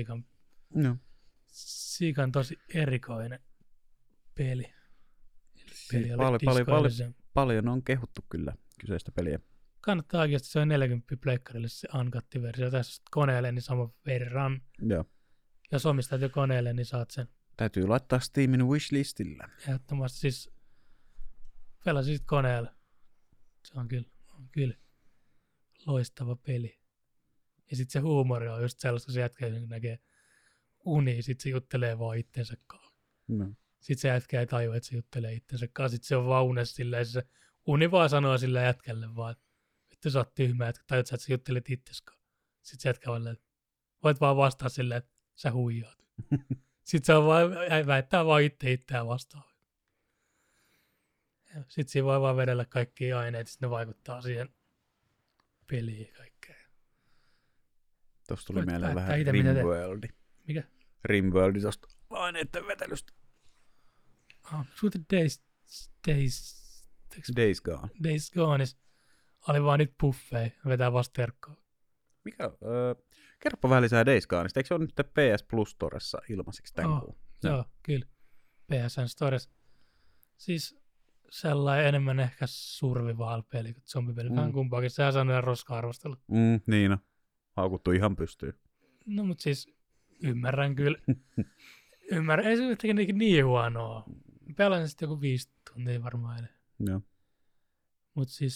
sikan tosi erikoinen peli. Peli oli paljon on kehuttu kyllä kyseistä peliä. Kannattaa oikeasti, se on 40 pleikkarille se uncutted-versio. Tässä koneelle niin sama verran. Joo. Jos omistat jo koneelle, niin saat sen. Täytyy laittaa Steamin wishlistillä. Ehdottomasti siis pelasin sit koneella. Se on kyllä loistava peli. Ja sitten se huumori on just sellaista, kun se jätkä näkee unia, sitten se juttelee vaan itsensä kanssa. No. Sitten se jätkä ei tajua, että se juttelee itsensä kanssa. Sitten se on vaan unessa silleen, se uni vaan sanoo sille jätkälle vaan, että vittu sä oot tyhmä, että tajut sä, että sä juttelet itsesi kanssa. Sitten se jätkä vaan, että voit vaan vastaa silleen, että sä huijaat. Sitten se on vaan, väittää vaan itseään vastaan. Sitten siinä voi vaan vedellä kaikkia aineita, sitten ne vaikuttaa siihen peliin ja kaikkeen. Tuossa tuli Voit mieleen päättää vähän ite, mitä Rimworldi. Mikä? Rimworldi tuosta aineiden vetelystä. Suute Days Gone oli vaan nyt buffei, vetää vasta terkkoa. Mikä? Kerropa vähän lisää Days Goneista. Eikö se ole nyt PS Plus Storessa ilmaiseksi tämän kuun? Joo, kyllä. PSN Stores. Siis sellainen enemmän ehkä survival-peli kuin zombipeli. Vähän kumpaakin. Sehän sanoo roska-arvostelu. Niin on. Haukuttu ihan pystyyn. No mut siis ymmärrän kyllä. Ei se jotenkin niin huonoa. Pelasin sitten joku 5 tuntia varmaan eilen. Joo. Mut siis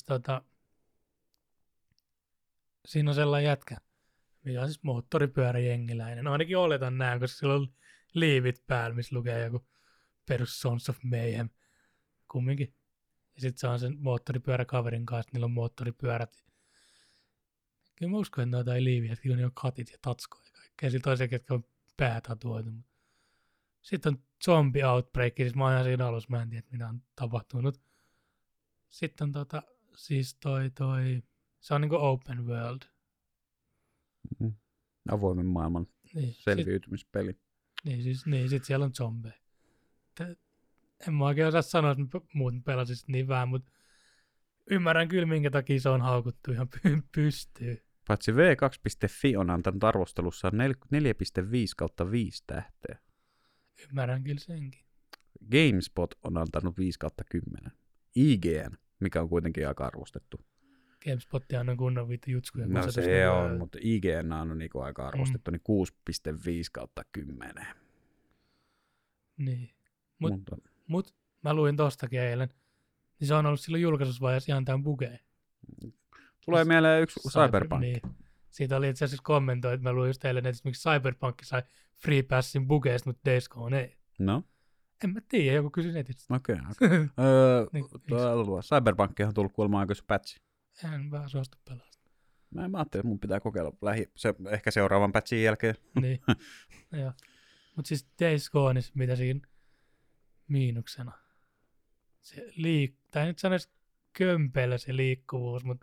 siinä on sellainen jätkä, mikä on siis moottoripyöräjengiläinen. No ainakin oletan näin, koska sillä on liivit päällä, missä lukee joku perus Sons of Mayhem. Kumminkin. Ja sitten se on sen moottoripyöräkaverin kanssa, niillä on moottoripyörät. Kyllä mä uskon, että noita ei liiviä, että niillä on katit ja tatskoja ja kaikkea. Sillä toisia, ketkä on päätatuoitu. Sitten on zombie outbreak, siis mä oon ihan siinä alussa, mä en tiedä, mitä on tapahtunut. Sitten on siis se on niinku open world. Avoimen maailman selviytymispeli. Sit siellä on zombeja. En mä oikein osaa sanoa, että muuten pelasit niin vähän, mutta ymmärrän kyllä, minkä takia se on haukuttu ihan pystyyn. Paitsi V2.fi on antanut arvostelussaan 4.5/5 tähteä. Ymmärrän kyllä senkin. GameSpot on antanut 5/10. IGN, mikä on kuitenkin aika arvostettu. GameSpottihan on kunnon vittu jutskuja. No se on, mutta IGN on niinku aika arvostettu, niin 6.5/10. Niin. Mut mä luin tostakin eilen, niin se on ollut silloin julkaisusvaiheessa ihan tämän bugeja. Tulee mieleen yksi Cyberpunk. Niin. Siitä oli itse asiassa kommentoi, että mä luin just eilen, että miksi Cyberpunk sai Free Passin bugeista, mutta Days Gone ei. No? En mä tiedä, joku kysyi netistä. Okei. Cyberpunkkihan on tullut kuulemaan aikaisen patchi. En vähän suostu pelaa. Mä ajattelin, että mun pitää kokeilla ehkä seuraavan patchin jälkeen. Niin, joo. Mutta siis Days Gone, mitä siinä miinuksena? Se tai nyt sanoisi kömpelö se liikkuvuus, mutta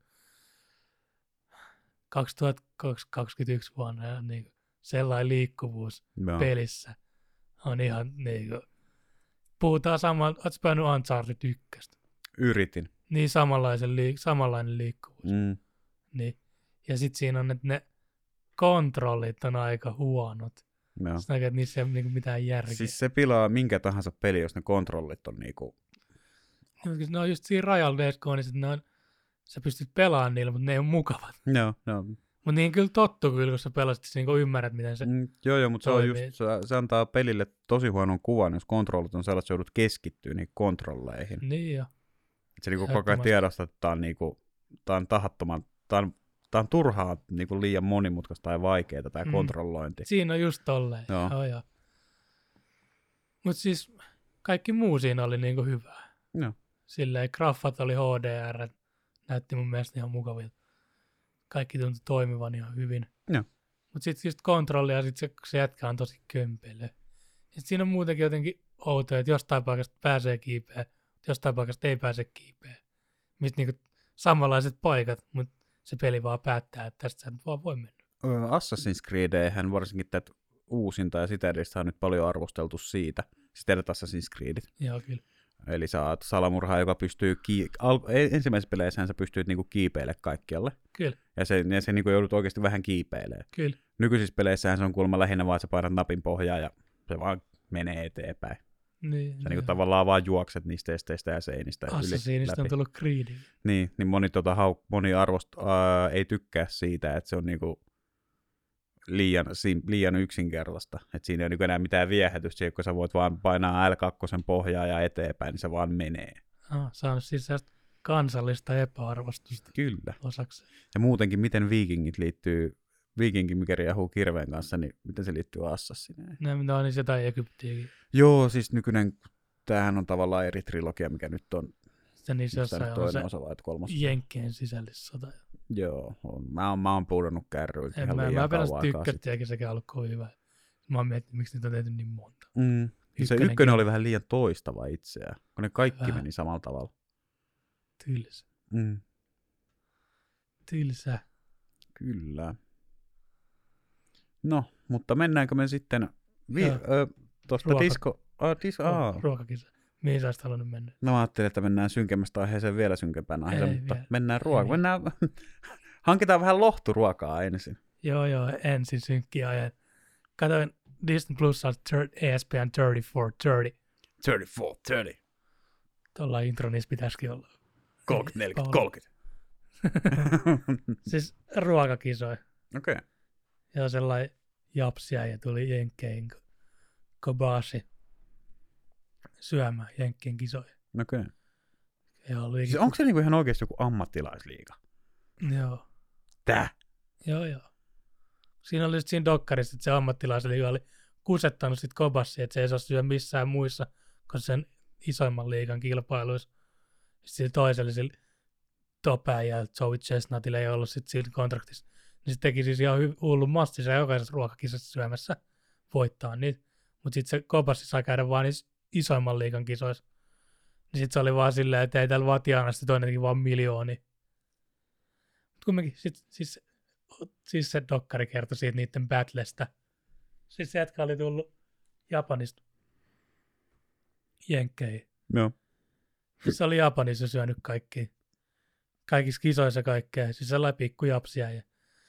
2021 vuonna ja niin sellainen liikkuvuus pelissä on ihan niin kuin, puhutaan ootko päänyt Uncharted 1? Yritin. Niin samanlainen liikkuvuus. Niin. Ja sitten siinä on, että ne kontrollit on aika huonot. Joo. Sitten näkee, että niissä ei ole niinku mitään järkeä. Siis se pilaa minkä tahansa peli, jos ne kontrollit on niinku... Ne on just siinä rajalla Days Goneissa, että sä pystyt pelaamaan niillä, mutta ne ei ole mukavat. Joo. Mutta niin kyllä tottuu kyllä, kun sä pelasit, niin ymmärrät, miten se Joo, mutta se antaa pelille tosi huonon kuvan, jos kontrollit on sellaiset, että joudut keskittyä niihin kontrolleihin. Niin jo. Se niinku koko ajan tiedostaa, että tää on tahattoman, tää on turhaa niinku liian monimutkaista tai vaikeaa tää kontrollointi. Siinä on just tolleen. Joo. Mutta siis kaikki muu siinä oli niinku hyvää. Joo. Silleen graffat oli HDR, näytti mun mielestä ihan mukavilta. Kaikki tuntui toimivan ihan hyvin. Mutta sitten just kontrollia, se jätkä on tosi kömpelö. Sitten siinä on muutenkin jotenkin outoa, että jostain paikasta pääsee kiipeä, jostain paikasta ei pääse kiipeä. Mistä niinku samanlaiset paikat, mutta se peli vaan päättää, että tästä sä nyt vaan voi mennä. Assassin's Creed, varsinkin tätä uusinta ja sitä edellistä on nyt paljon arvosteltu siitä. Sitä Assassin's Creedit. Joo, kyllä. Eli sä oot salamurhaa, joka pystyy, ensimmäisessä peleissä sä pystyt niinku kiipeilemään kaikkialle. Kyllä. Ja se niinku joudut oikeasti vähän kiipeilemään. Kyllä. Nykyisissä peleissä se on kuulemma lähinnä vaan, että sä painat napin pohjaa ja se vaan menee eteenpäin. Niin, sä niinku tavallaan vaan juokset niistä esteistä ja seinistä Assassinista on tullut Creediin. Niin moni, moni ei tykkää siitä, että se on niinku liian yksinkertaista. Että siinä ei ole niinku enää mitään viehätystä siihen, kun sä voit vaan painaa L2 pohjaa ja eteenpäin, niin se vaan menee. Saanut siis kansallista epäarvostusta. Kyllä. Osakseen. Ja muutenkin, miten viikingit liittyy, viikinki mikä riehuu kirveen kanssa, niin miten se liittyy Assassineen? No niin, se tai Egyptiäkin. Joo, siis nykyinen, tämähän on tavallaan eri trilogia, mikä nyt on. Sitten niissä jossain on se osa vai kolmas. Jenkkien sisällissota. Joo, mä oon puudannut kärryiltä ihan liian kauan aikaa. Mä tykkättiin, eikä sekään ollut kovin hyvä. Mä oon miettinyt, miksi niitä on tehty niin monta. Se ykkönen oli vähän liian toistava itseään, kun ne kaikki meni samalla tavalla. Tylsä. Tylsä. Kyllä. No, mutta mennäänkö me sitten tuosta ruokakisa. Mihin sä olisit halunnut mennä? No mä ajattelin, että mennään synkemmästä aiheeseen vielä synkempään aiheeseen, mutta mennään hankitaan vähän lohturuokaa ensin. Joo, ensin synkkiä ajan. Katoin Disney Plus ESPN 3430. 3430. Tuolla intro niissä pitäisikin olla. 30. Siis ruokakisoja. Okei. Ja sellainen japsia ja tuli jenkkeihin Kobashi syömään jenkkien kisoja. Okei. Siis onko se niinku ihan oikeasti joku ammattilaisliiga? Joo. Tää? Joo. Siinä oli siinä dokkarissa, että se ammattilaisliiga oli kusettanut sit Kobashia, että se ei saa syödä missään muissa, kun sen isoimman liigan kilpailuissa. Sitten toiselle sillä Topään ja Joey Chestnutille ei ollut sit siinä kontraktissa. Niin se teki siis ihan hullun mastissa jokaisessa ruokakisassa syömässä voittaa niitä. Mutta sitten se Kobashi sai käydä vaan niissä isoimman liigan kisoissa. Niin sitten se oli vaan silleen, että ei täällä vaan tienasta toinenkin vaan miljoonia. Mutta kumminkin, siis se dokkari kertoi siitä niiden battlestä. Siis se jätkä oli tullut Japanista jenkkeihin. Joo. Siis se oli Japanissa syönyt kaikissa kisoissa kaikkea. Siis sellainen pikku japsia. Ja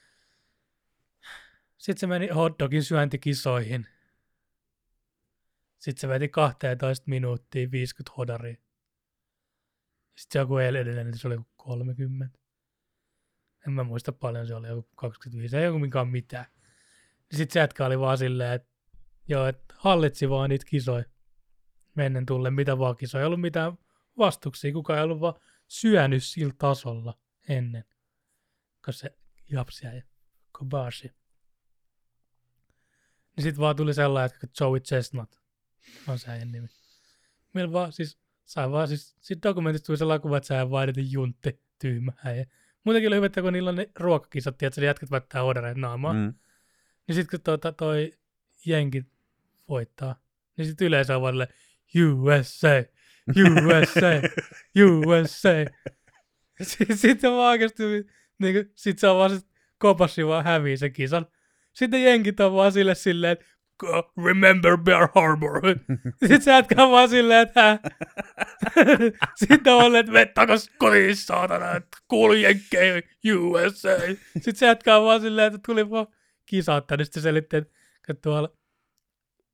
sitten se meni hotdogin syöntikisoihin. Sitten se veti 12 minuuttia 50 hodaria. Sitten joku edellinen, niin se oli 30. En mä muista paljon, se oli joku 25. Ei joku minkaan mitään. Sitten se jätkä oli vaan silleen, että joo, että hallitsi vaan niitä kisoja. Mennen tullen mitä vaan kisoja. Ei ollut mitään vastuksia. Kukaan ei ollut vaan syönyt sillä tasolla ennen. Koska se japsia ja Kobashi. Niin sit vaan tuli sellainen, että Joey Chestnut on se äijän nimi. Meillä vaan siis, sit dokumentista tuli sellainen kuva, että sä vaihdetin juntti tyhmä äijä. Muutenkin oli hyvä, että kun niillä on ne ruokakisat, että ne jätkät väittää odareet naamaan. Niin sit kun toi jenki voittaa, niin sit yleensä on vaan USA. Sitten on vaan oikeasti, niin sit se on vaan se Kobashi vaan hävii sen kisan. Sitten jenkit on vaan silleen, että remember Bear Harbor. Sitten sä jätkää vaan silleen, että sitten on olleet, että mene takas kotiin, saatana, että kuulu jenkkeihin, USA. Sitten sä jätkää vaan silleen, että tuli vaan kisat tänne. Sitten selitti, että tuolla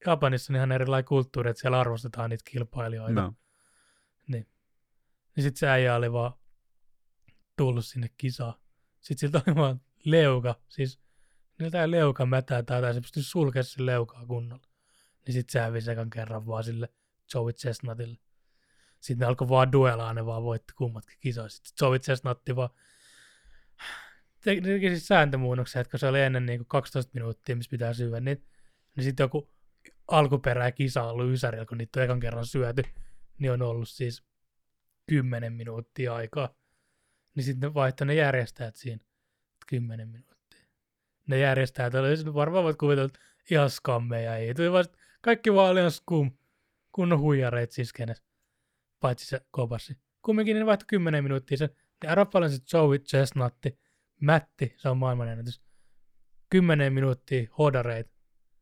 Japanissa on ihan erilainen kulttuuri, että siellä arvostetaan niitä kilpailijoita. No. Niin sitten se äijä oli vaan tullut sinne kisaan. Sitten siltä oli vaan leuka, siis niiltä ei leuka mätää tai se pystyy sulkemaan sen leukaa kunnolla. Niin sitten se hävisi ekan kerran vaan sille Joey Chestnutille. Sitten ne alkoi vaan duelaa, ne vaan voitti kummatkin kisoissa. Sitten Joey Chestnutti vaan teki siis sääntömuunnoksia, että kun se oli ennen niin 12 minuuttia, missä pitää syödä, niin sitten joku alkuperä kisa on ollut ysärillä, kun niitä on ekan kerran syöty, niin on ollut siis 10 minuuttia aikaa. Niin sitten ne vaihtoi ne järjestäjät siinä 10 minuuttia. Ne järjestäjät oli varmaan voit kuvitella, että ihan skammeja ei. Tuli vasta kaikki vaan oli ihan kunnon huijareet siis kenes. Paitsi se Kobashi. Kumminkin ne vaihtoi 10 minuuttia sen. Ja arvaa paljon se Joey Chestnutti. Mätti, se on maailmanennätys. 10 minuuttia hodareit.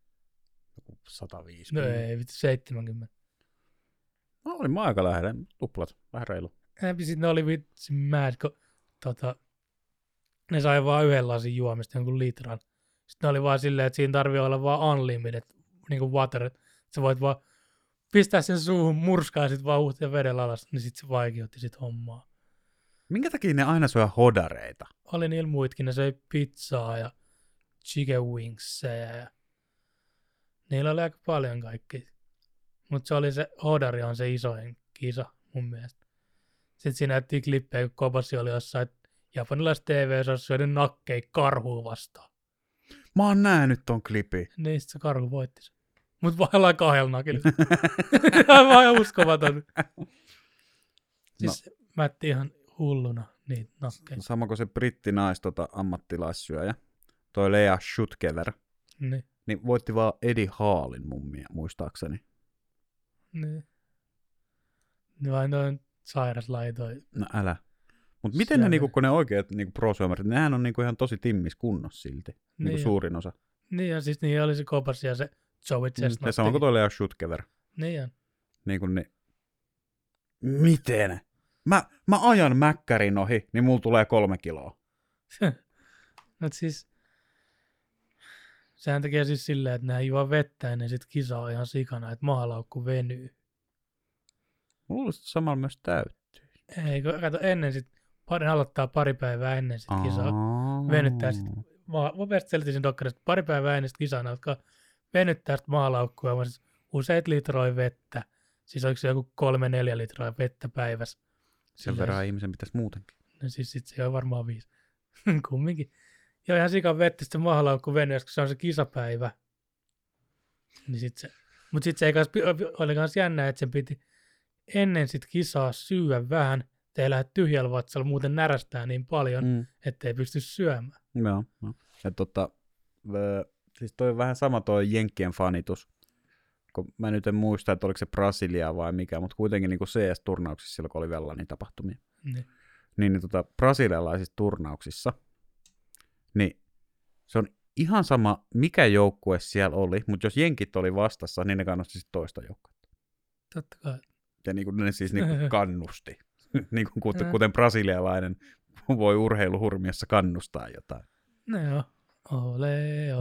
150. No ei, 70. No oli mä aika lähellä, tuplat, vähän reilu. Sitten ne oli vitsi mad, kun ne sai vaan yhden lasin juomista, jonkun litran. Sitten ne oli vaan silleen, että siinä tarvii olla vaan unlimited, niin kuin water. Että sä voit vaan pistää sen suuhun, murskaa ja sit vaan uhtia vedellä alas, niin sit se vaikeutti sit hommaa. Minkä takia ne aina syö hodareita? Oli niillä muitkin, ne söi pizzaa ja chicken wingsia ja niillä oli aika paljon kaikki. Mutta se oli se hodari on se isoin kisa mun mielestä. Sitten siinä näyttiin klippejä, kun Kobashi oli jossain japanilaisessa TV-ssä syönyt nakkeja karhua vastaan. Mä oon nähnyt ton klipin. Niin sit se karhu voitti sen. Mut vaellaan 2 nakilla. Aivan ihan uskomaton. Siis no. Mätti ihan hulluna niitä nakkeja. Sama kuin se brittinais ammattilaissyöjä. Toi Lea Schutkever. Niin voitti vaan Eddie Hallin muistaakseni. Niin. Niin vain noin sairas laitoi. No älä. Mut miten ne, niinku, kun ne oikeat niinku pro-syömärit, nehän on niinku ihan tosi timmis kunnossa silti. Niinku niin suurin osa. Niin ja siis niin oli se Kobashi ja se Joey Chestnut. Ja sama kuin toi Lea Schutkever. Niin on. Niinku niin. Miten? Mä ajan mäkkärin ohi, niin mulla tulee 3 kiloa. No siis sehän tekee siis silleen, että nää juo vettä ennen sit kisaa ihan sikana, että mahalaukku venyy. Luulisin, että samalla myös täyttyy. Ei, kato ennen sit, aloittaa pari päivää ennen sit kisaa. Venyttää sit, mä selitin dokkarista, pari päivää ennen sit kisaa, ne alkaa venyttää sit mahalaukkua, ja siis useita litroja vettä. Siis oliko se joku 3-4 litraa vettä päivässä. Sen verran ihmisen pitäisi muutenkin. No siis sit se on varmaan 5. Kumminkin. Ja ihan sikan vettä sitten mahalaukku venyä, kun se on se kisapäivä. Niin sit se, mut sit se ei oli kans jännä, että sen piti ennen sit kisaa syödä vähän, ettei lähde tyhjällä vatsalla, muuten närästää niin paljon, ettei pysty syömään. Joo. Ja siis toi on vähän sama toi Jenkkien fanitus. Kun mä nyt en muista, että oliko se Brasilia vai mikä, mutta kuitenkin niin kuin CS-turnauksissa silloin, kun oli vielä niin tapahtumia. Niin brasilialaisissa turnauksissa, niin se on ihan sama, mikä joukkue siellä oli, mutta jos jenkit oli vastassa, niin ne kannusti sitten toista joukkuetta. Totta kai. Ja niin kuin ne siis niin kuin kannusti. Niin kuin kuten brasilialainen voi urheiluhurmiossa kannustaa jotain. No joo. Ole.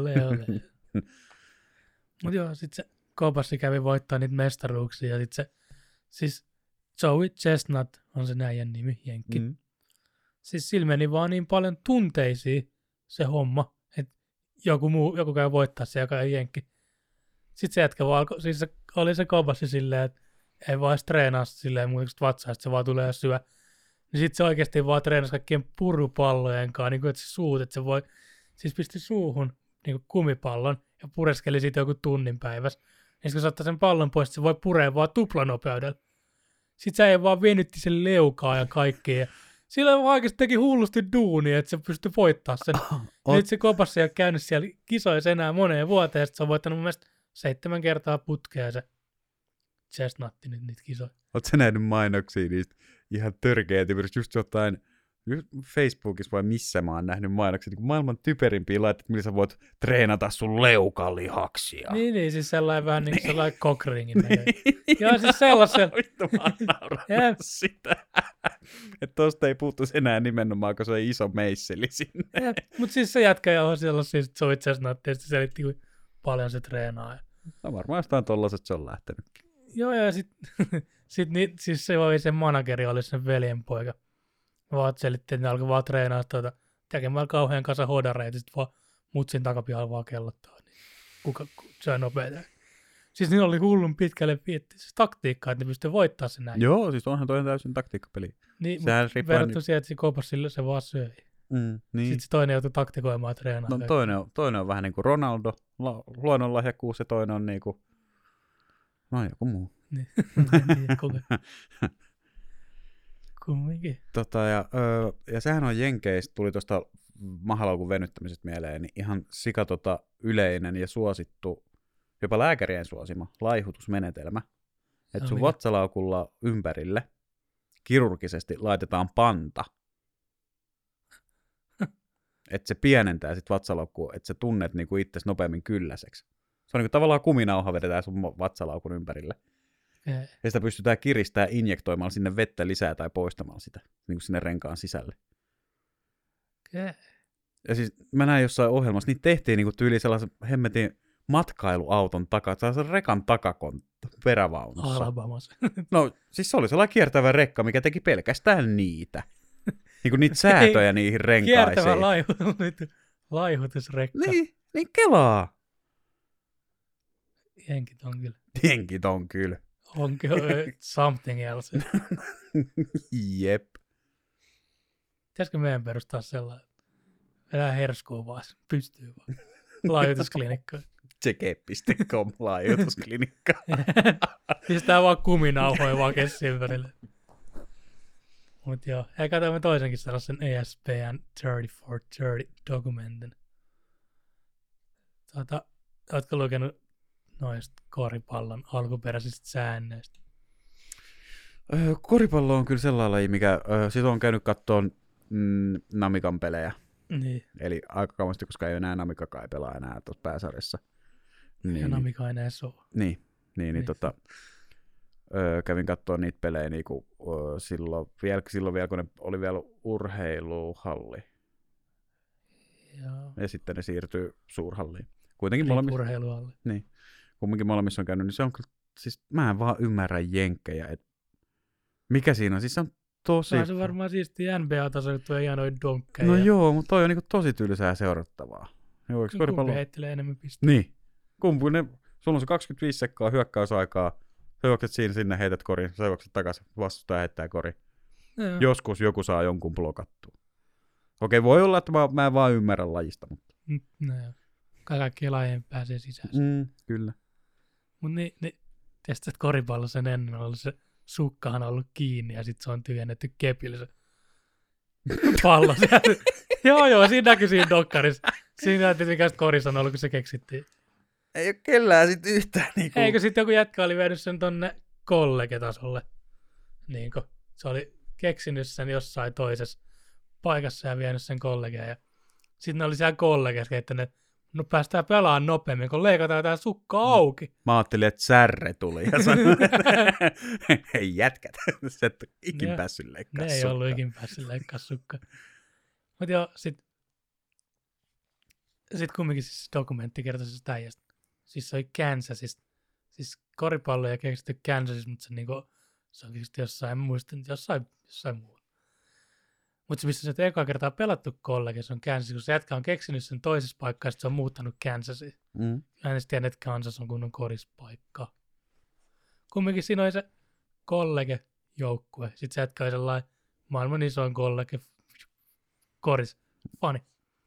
Mutta joo, sit se Kobashi kävi voittaa niitä mestaruuksia ja sit se, siis Joey Chestnut on se näijän nimi, jenkki. Siis sillä meni vaan niin paljon tunteisiin se homma, että joku käy voittaa se, joka ei jenkki. Sitten se jätkä vaan siis se oli se Kobashi silleen, että ei vaan edes treenaa silleen muuta kuin vatsaa, että se vaan tulee ja syö. Niin sitten se oikeasti vaan treenasi kaikkien purupallojen kanssa, niin kuin että se suut, että se voi, siis pisti suuhun niin kuin kumipallon ja pureskeli siitä joku tunnin päivässä. Niin kun se ottaa sen pallon pois, se voi purea vaan tuplanopeudella. Sitten se ei vaan venytti sen leukaa ja kaikkea. Sillä oikeasti teki hullusti duunia, että se pystyi voittamaan sen. Nyt se Kobashi ei ole käynyt siellä kisoissa enää moneen vuoteen, ja se on voittanut mun mielestä 7 kertaa putkea se Chestnutti nyt niitä kisoja. Oletko sä nähnyt mainoksia niistä ihan törkeitä, just jotain Facebookissa vai missä mä oon nähnyt mainoksia, niin maailman typerimpiä laitteita, millä sä voit treenata sun leukalihaksia. Niin, siis sellainen vähän niin kuin sellainen cockringin. Joo, siis sellaisen. Vittu mä nauran sitä. Että tosta ei puuttuisi enää nimenomaan, kun se on iso meisseli sinne. Mutta siis se jätkä jauhaa sellaisia, että se on itse asiassa se selitti, kuin paljon se treenaa. No varmaan jostain tollaset se on lähtenyt. Joo, ja siis se oli sen manageri, oli sen veljenpoika. Vaan selitti, että ne alkoi vaan treenaa tekemällä kauhean kanssa hodareita, sitten vaan mutsin takapihalla vaan kellottaa. Niin kuka se on nopeita. Siis niillä oli hullun pitkälle siis taktiikkaa, että ne pystyy voittamaan sen näin. Joo, siis onhan toinen täysin taktiikkapeli. Niin, verrattu siihen, että se kopas sille se vaan söi. Niin. Sitten se toinen joutui taktikoimaan treenaamaan. No toinen on vähän niin kuin Ronaldo, luonnonlahjakkuus, ja toinen on niin kuin, no joku muu. Niin, kuka. Kumminkin. Ja sehän on Jenkeistä, tuli tuosta mahalaukun venyttämisestä mieleen, niin ihan sika yleinen ja suosittu, jopa lääkärien suosima laihutusmenetelmä. Että sun vatsalaukulla ympärille kirurgisesti laitetaan panta. Että se pienentää sit vatsalaukkua, että sä tunnet niinku itsesi nopeammin kylläiseksi. Se on niinku tavallaan kuminauha vedetään sun vatsalaukun ympärille. Ja sitä pystytään kiristämään injektoimalla sinne vettä lisää tai poistamalla sitä niin sinne renkaan sisälle. Ja siis mä näin jossain ohjelmassa, niitä tehtiin niin tyyliin sellaisen hemmetin matkailuauton sellaisen rekan perävaunussa. Alabamassa. No siis se oli sellainen kiertävä rekka, mikä teki pelkästään niitä. Niin kuin niitä säätöjä niihin renkaisiin. Kiertävä laihutusrekka. Niin kelaa. Jenkit on kyllä. Onkin something else. Jep. Pitäisikö meidän perustaa sellainen? Vedään herskuu vaan, pystyy vaan. Laajutusklinikka. Tseke.com laajutusklinikka. Pistää vaan kuminauhoja vaan kessin ympärille. Mut joo, ja katsomme toisenkin sellaisen ESPN 3430 dokumentin. Ootko lukenut noista koripallon alkuperäisistä säännöistä? Koripallo on kyllä sellainen laji, mikä sit on käynyt kattoon Namikan pelejä. Niin. Eli aika kauasti, koska ei enää Namikakaan ei pelaa enää tuossa pääsarjassa. Niin, ja Namika enää se on. Niin, kävin katsoa niitä pelejä niinku, silloin vielä, kun ne oli vielä urheiluhalli. Joo. Ja sitten ne siirtyy suurhalliin. Kuitenkin urheiluhalli. Niin. Kumminkin molemmissa on käynyt, niin se on kyllä, siis mä en vaan ymmärrä jenkkejä, että mikä siinä on, siis se on tosi... Se on varmaan siistiä NBA-tasoittu ja hienoja donkkeja. No joo, mutta toi on niinku tosi tylsää seurattavaa. Joo, eikö kumpi heittelee enemmän pistettä? Niin. Sulla on se 25 sekkaa hyökkäysaikaa, sä juokset sinne, heität korin, sä juokset takaisin, vastustaja heittää korin. Joo. Joskus joku saa jonkun blokattua. Okei, voi olla, että mä en vaan ymmärrä lajista, mutta... No joo. Kaikki lajien pääsee sisään. Kyllä. Mutta tiedätkö, että koripallossa ennen on ollut se sukkahan on ollut kiinni ja sitten se on tyhjennetty kepillä se pallo. Joo, siinä näkyy siinä dokkarissa. Siinä näytti, mikä korissa on ollut, kun se keksittiin. Ei ole kellään sitten yhtään niinku... Eikö sitten joku jätkä oli vienyt sen tonne kollegetasolle? Niinko? Se oli keksinyt sen jossain toisessa paikassa ja vienyt sen kollegeen. Ja sitten ne oli siellä kollegeessa, että ne päästään pelaamaan nopeammin, kun leikataan tää sukka auki. Mä ajattelin, että särre tuli ja sanoi, hei jätkät, sä et ole ikin päässyt leikkaa sukkaa. Ne ei ollut ikin päässyt leikkaa sukkaa. Mutta joo, sit kumminkin siis dokumentti kertoi sitä äijästä. Siis se oli Kansasista. Siis koripallo ei keksitty Kansasista, mutta se on keksitty jossain, muistan, jossain muualla. Mutta se, missä se eka kertaa pelattu kollegi, se on Kansas, kun se jätkä on keksinyt sen toisessa paikkaa, ja se on muuttanut Kansasiin. Mä en edes tiedä, että Kansas on kunnon korispaikka. Kumminkin siinä oli se kollege-joukkue. Sitten se jätkä oli sellainen maailman isoin kollege koris. Fani.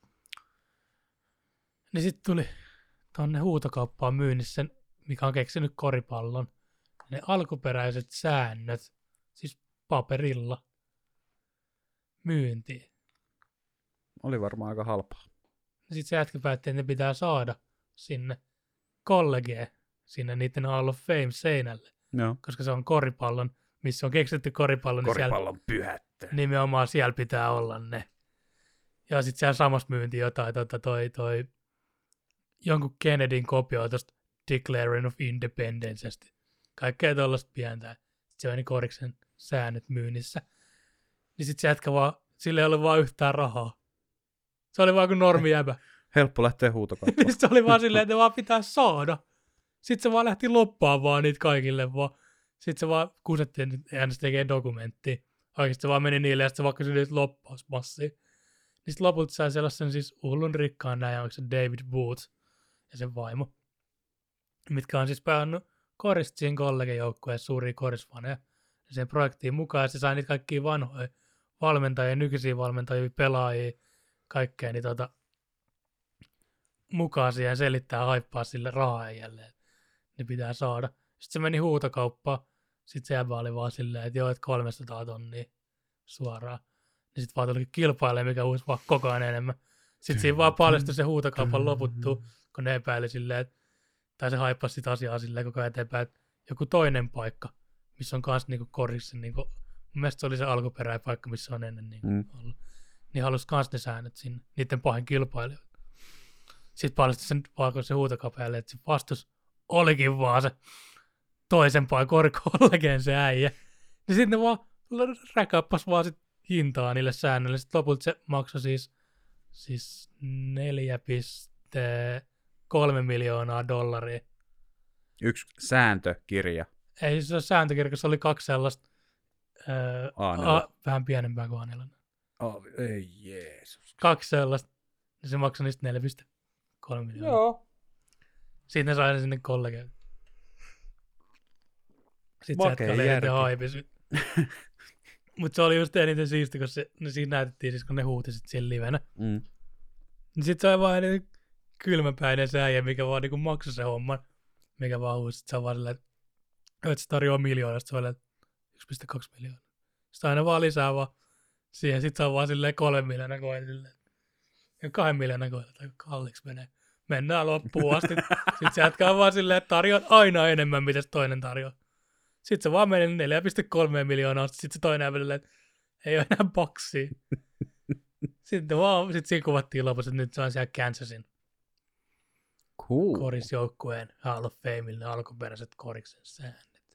Niin sitten tuli tonne huutokauppaan myynnissä sen, mikä on keksinyt koripallon. Ne alkuperäiset säännöt, siis paperilla, myyntiin. Oli varmaan aika halpaa. Sitten se jätkä päätti, että ne pitää saada sinne kollegeen, sinne niiden Hall of Fame-seinälle. Joo. Koska se on koripallon, missä on keksitty koripallon. Koripallon niin pyhättö. Nimenomaan siellä pitää olla ne. Ja sitten siellä samassa myynti jotain, toi jonkun Kennedyn kopio tuosta Declaration of Independence. Kaikkea tuollaista pientä. Sitten se meni koriksen säännöt myynnissä. Niin sitten se jätkä vaan, sillä ei ollut vaan yhtään rahaa. Se oli vaan kuin normijäbä. Helppo lähteä huutokauppaan. Se oli vaan silleen, että vaan pitää saada. Sitten se vaan lähti loppaamaan vaan niitä kaikille vaan. Sitten se vaan kusettiin, että eihän se tekee dokumenttia. Oikeasti se vaan meni niille ja sitten se vaikka se niitä loppausmassia. Niin sitten lopulta sai sellaisen siis hullun rikkaan näin, onko se David Booth ja sen vaimo. Mitkä on siis päännut korista siinä kollegejoukkueessa suuria korisfaneja. Ja sen projektiin mukaan se sai niitä kaikkia vanhoja valmentajia, nykyisiä valmentajia, pelaajia, kaikkea niin mukaan siihen selittää haippaa sille rahaa jälleen. Ne pitää saada. Sitten se meni huutokauppaan. Sitten se jäbä oli vaan silleen, että joo, että 300 tonnia suoraan. Niin sitten vaan tuli kilpailemaan, mikä uusi vaan koko ajan enemmän. Sitten siinä vaan paljastui se huutokaupan loputtuu, kun ne epäili silleen, tai se haippasi sitä asiaa silleen koko ajan eteenpäin, että joku toinen paikka, missä on kans niinku korissa, niinku, mun mielestä se oli se alkuperäinen paikka, missä on ennen niinku ollut. Niin halusi kans ne säännöt sinne, niiden pahin kilpailijoita. Sitten paljastui sen vaan se huutokaupan, että se vastus olikin vaan se toisen korikollegen se äijä. Niin sitten ne vaan räkäppäs vaan sit hintaa niille säännöille. Sitten lopulta se maksoi siis 4,3 miljoonaa dollaria. Yksi sääntökirja. Ei se ole sääntökirja, se oli 2 sellaista vähän pienempää kuin A4. Ei Jeesus. 2 sellaista. Ja se maksoi niistä 4,3 miljoonaa. Joo. Sitten ne sai ne sinne kollegeen. Sitten se jätkä oli eniten haipisi. Mutta se oli just eniten siisti, kun siinä näytettiin siis, kun ne huuti sit siellä livenä. Niin sitten se oli vaan eniten kylmäpäinen se äijä, mikä vaan niinku maksoi se homman. Mikä vaan huusi. Sitten se on vaan silleen, että se tarjoaa miljoonasta. Se on 1,2 miljoonaa. Sitten aina vaan lisää vaan siihen. Sitten se on vaan silleen 3 miljoonaa kohdalla silleen. Ja 2 miljoonaa kohdalla, tai kalliiksi menee. Mennään loppuun asti. Sitten se jätkä on vaan silleen, että tarjoat aina enemmän, mitä se toinen tarjoaa. Sitten se vaan meni 4,3 miljoonaa, sitten se toinen äänellä, että ei ole enää boksia. Sitten siinä kuvattiin lopussa, että nyt se on siellä Kansasin korisjoukkueen Hall of Fameille alkuperäiset koriksen säännöt.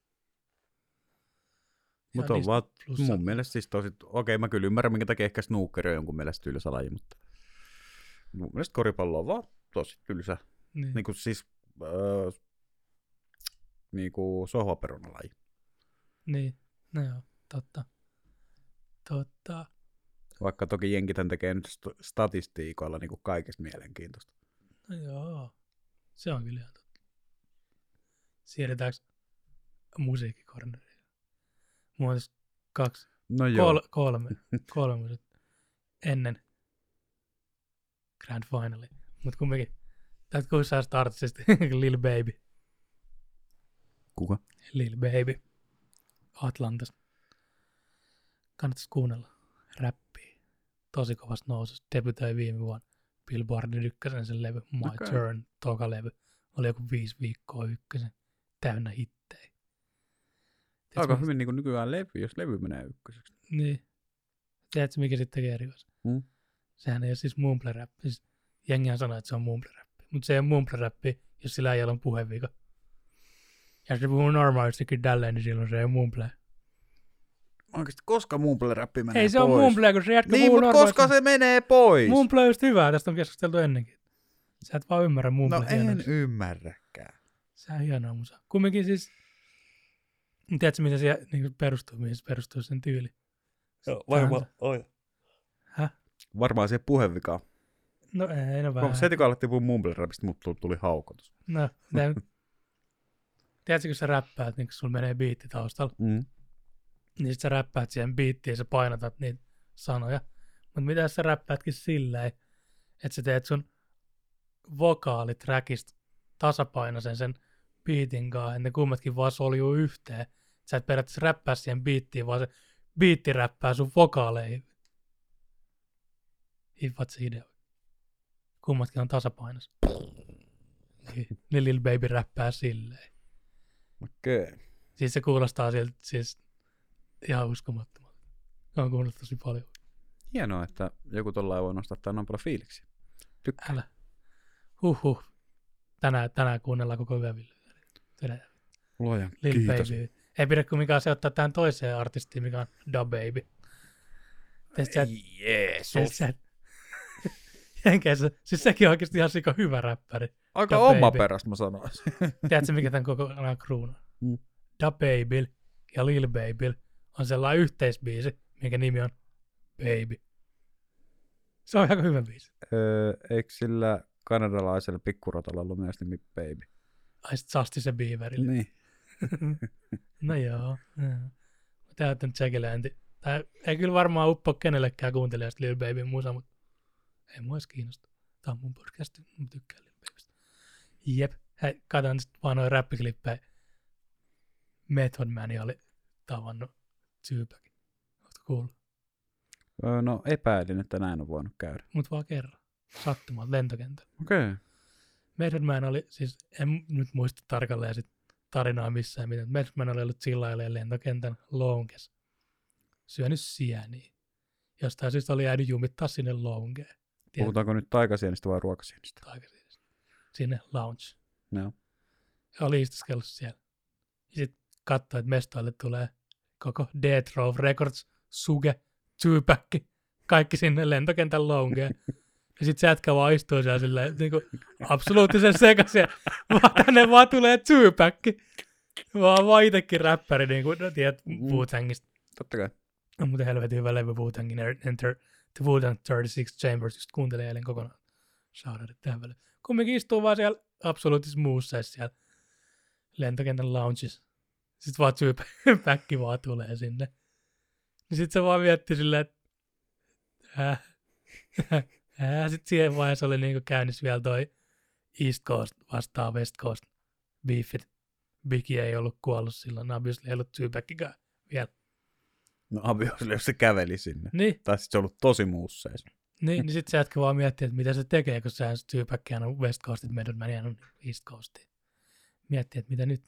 Mutta on vaan mun mielestä siis tosi, okei mä kyllä ymmärrän, minkä takia ehkä snookeri on jonkun mielestä tylsä laji, mutta mun mielestä koripallo on vaan tosi tylsä. Niin kuin siis niinku sohvaperunalaji. Niin, no joo, totta. Vaikka toki jenkitän tekee nyt statistiikoilla niinku kaikesta mielenkiintoista. No joo, se on kyllä ihan totta. Siirretäänkö musiikkikorneriin? Mulla on 2, kolme ennen Grand Finali. Mut kumminkin, täältä kuissaista artistista Lil Baby. Kuka? Lil Baby. Atlantasta. Kannattaisi kuunnella räppiä. Tosi kovasti nousussa. Debutöi viime vuonna Billboardin ykkösen sen levy. My Turn, toka levy. Oli joku 5 viikkoa ykkösen. Täynnä hittejä. Aika hyvin niin kuin nykyään levy, jos levy menee ykköseksi. Niin. Tiedätkö mikä sitten tekee erikoista? Sehän ei ole siis mumble-räppi. Siis jengihän sanoo, että se on mumble-räppi. Mutta se ei ole mumble-räppi, jos sillä ei ole puhevika. Ja se puhuu normaalistikin tälleen, niin silloin se ei ole mumble. Oikeasti, koska mumble-räppi menee pois? Ei se ole mumble, kun se jätkä niin, puhuu normaalisti. Koska se menee pois? Mumble on just hyvää, tästä on keskusteltu ennenkin. Sä et vaan ymmärrä mumble. No en ymmärräkään. Se on hienoa musa. Kumminkin siis, tiedätkö mitä se niin perustuu, mihin se perustuu sen tyyli? Joo, varmaan. Häh? Varmaan se puhevikaa. No ei, no vähän. Se kun alettiin puhua mumble-räpistä, mutta tuli haukotus. No, tiedätkö, kun sä räppäät, niin kun sulla menee biitti taustalla, niin sit sä räppäät siihen biittiin ja sä painatat niitä sanoja. Mutta mitä jos sä räppäätkin silleen, että sä teet sun vokaalitrackista tasapainoisen sen biitin kanssa, että ne kummatkin vaan soljuu yhteen. Sä et periaatteessa räppää siihen biittiin, vaan se biitti räppää sun vokaaleihin. If se idea. Kummatkin on tasapainossa. Niin Lil Baby räppää silleen. Okei. Siis se kuulostaa siltä siis ihan uskomattomalta. On kuunnellut tosi paljon. Hienoa, että joku tollain voi nostaa noin paljon fiiliksi. Tykkää. Älä. Tänään kuunnellaan koko yö. Luojan Lil kiitos. Baby. Ei pidä kuin mikään se ottaa tähän toiseen artistiin, mikä on Da Baby. Jeesus. Jenkeissä. Siis sekin on oikeasti ihan sika hyvä räppäri. Aika omaperäistä mä sanoisin. Tiedätkö, mikä tämän koko ajan kruunaa? Da Babyl ja Lil Babyl on sellainen yhteisbiisi, minkä nimi on Baby. Se on aika hyvä biisi. Eikö sillä kanadalaisella pikkurotalla ollut myös nimi Baby? Ai sit Sastisen Beaverille. Niin. No joo. Täytän tsekiläinti. Ei kyllä varmaan uppo kenellekään kuuntelijasta Lil Babyn musa, mutta ei mua edes kiinnosta. Tää on mun podcast, mä tykkään Lil Babystä. Jep. Hei, katson sit vaan noin räppiklippejä. Method Man oli tavannut Tupacin. Ootko kuullut? No epäilin, että näin on voinut käydä. Mut vaan kerran. Sattumalta lentokentällä. Okei. Method Man oli, siis en nyt muista tarkalleen sit tarinaa missään mitään. Method Man oli ollut chillailemaan lentokentän lounges. Syönyt sieniä. Jostain syystä oli jäänyt jumittaa sinne loungeen. Puhutaanko nyt taikasienistä vai ruokasienistä? Taikasienistä. Sinne lounge. No. Ja oli istuskellut siellä. Ja sitten katsoi, että mestoille tulee koko Death Row Records, Suge, Tupac, kaikki sinne lentokentän loungeen. Ja sit se jätkä vaan istuu siellä silleen, niinku absoluuttisen sekaisin. Vaan tänne vaan tulee Tupac. Vaan itekin räppäri, niinku, no tiedät, Wu-Tangista. Totta kai. On muuten helvetin hyvä levy Wu-Tangin Enter the Wu-Tang 36 Chambers, just kuuntelee eilen kokonaan. Shoutoutit tähän väliin. Kumminkin istuu vaan siellä absoluuttisessa muusseissa siellä lentokentän lounges. Sitten vaan Tupac vaan tulee sinne. Niin sit se vaan mietti silleen, että sitten siihen vaiheessa oli niinku käynnissä vielä toi East Coast vastaan West Coast beefit. Biggie ei ollut kuollut silloin, obviously ei ollut Tupacikään vielä. No obviously, jos se käveli sinne. Niin. Tai sitten se on ollut tosi muusseissa. Niin sit se jätkä vaan miettii, että mitä se tekee, kun sehän Tupac on West Coastit, Method Man on East Coastit. Miettii, että mitä nyt?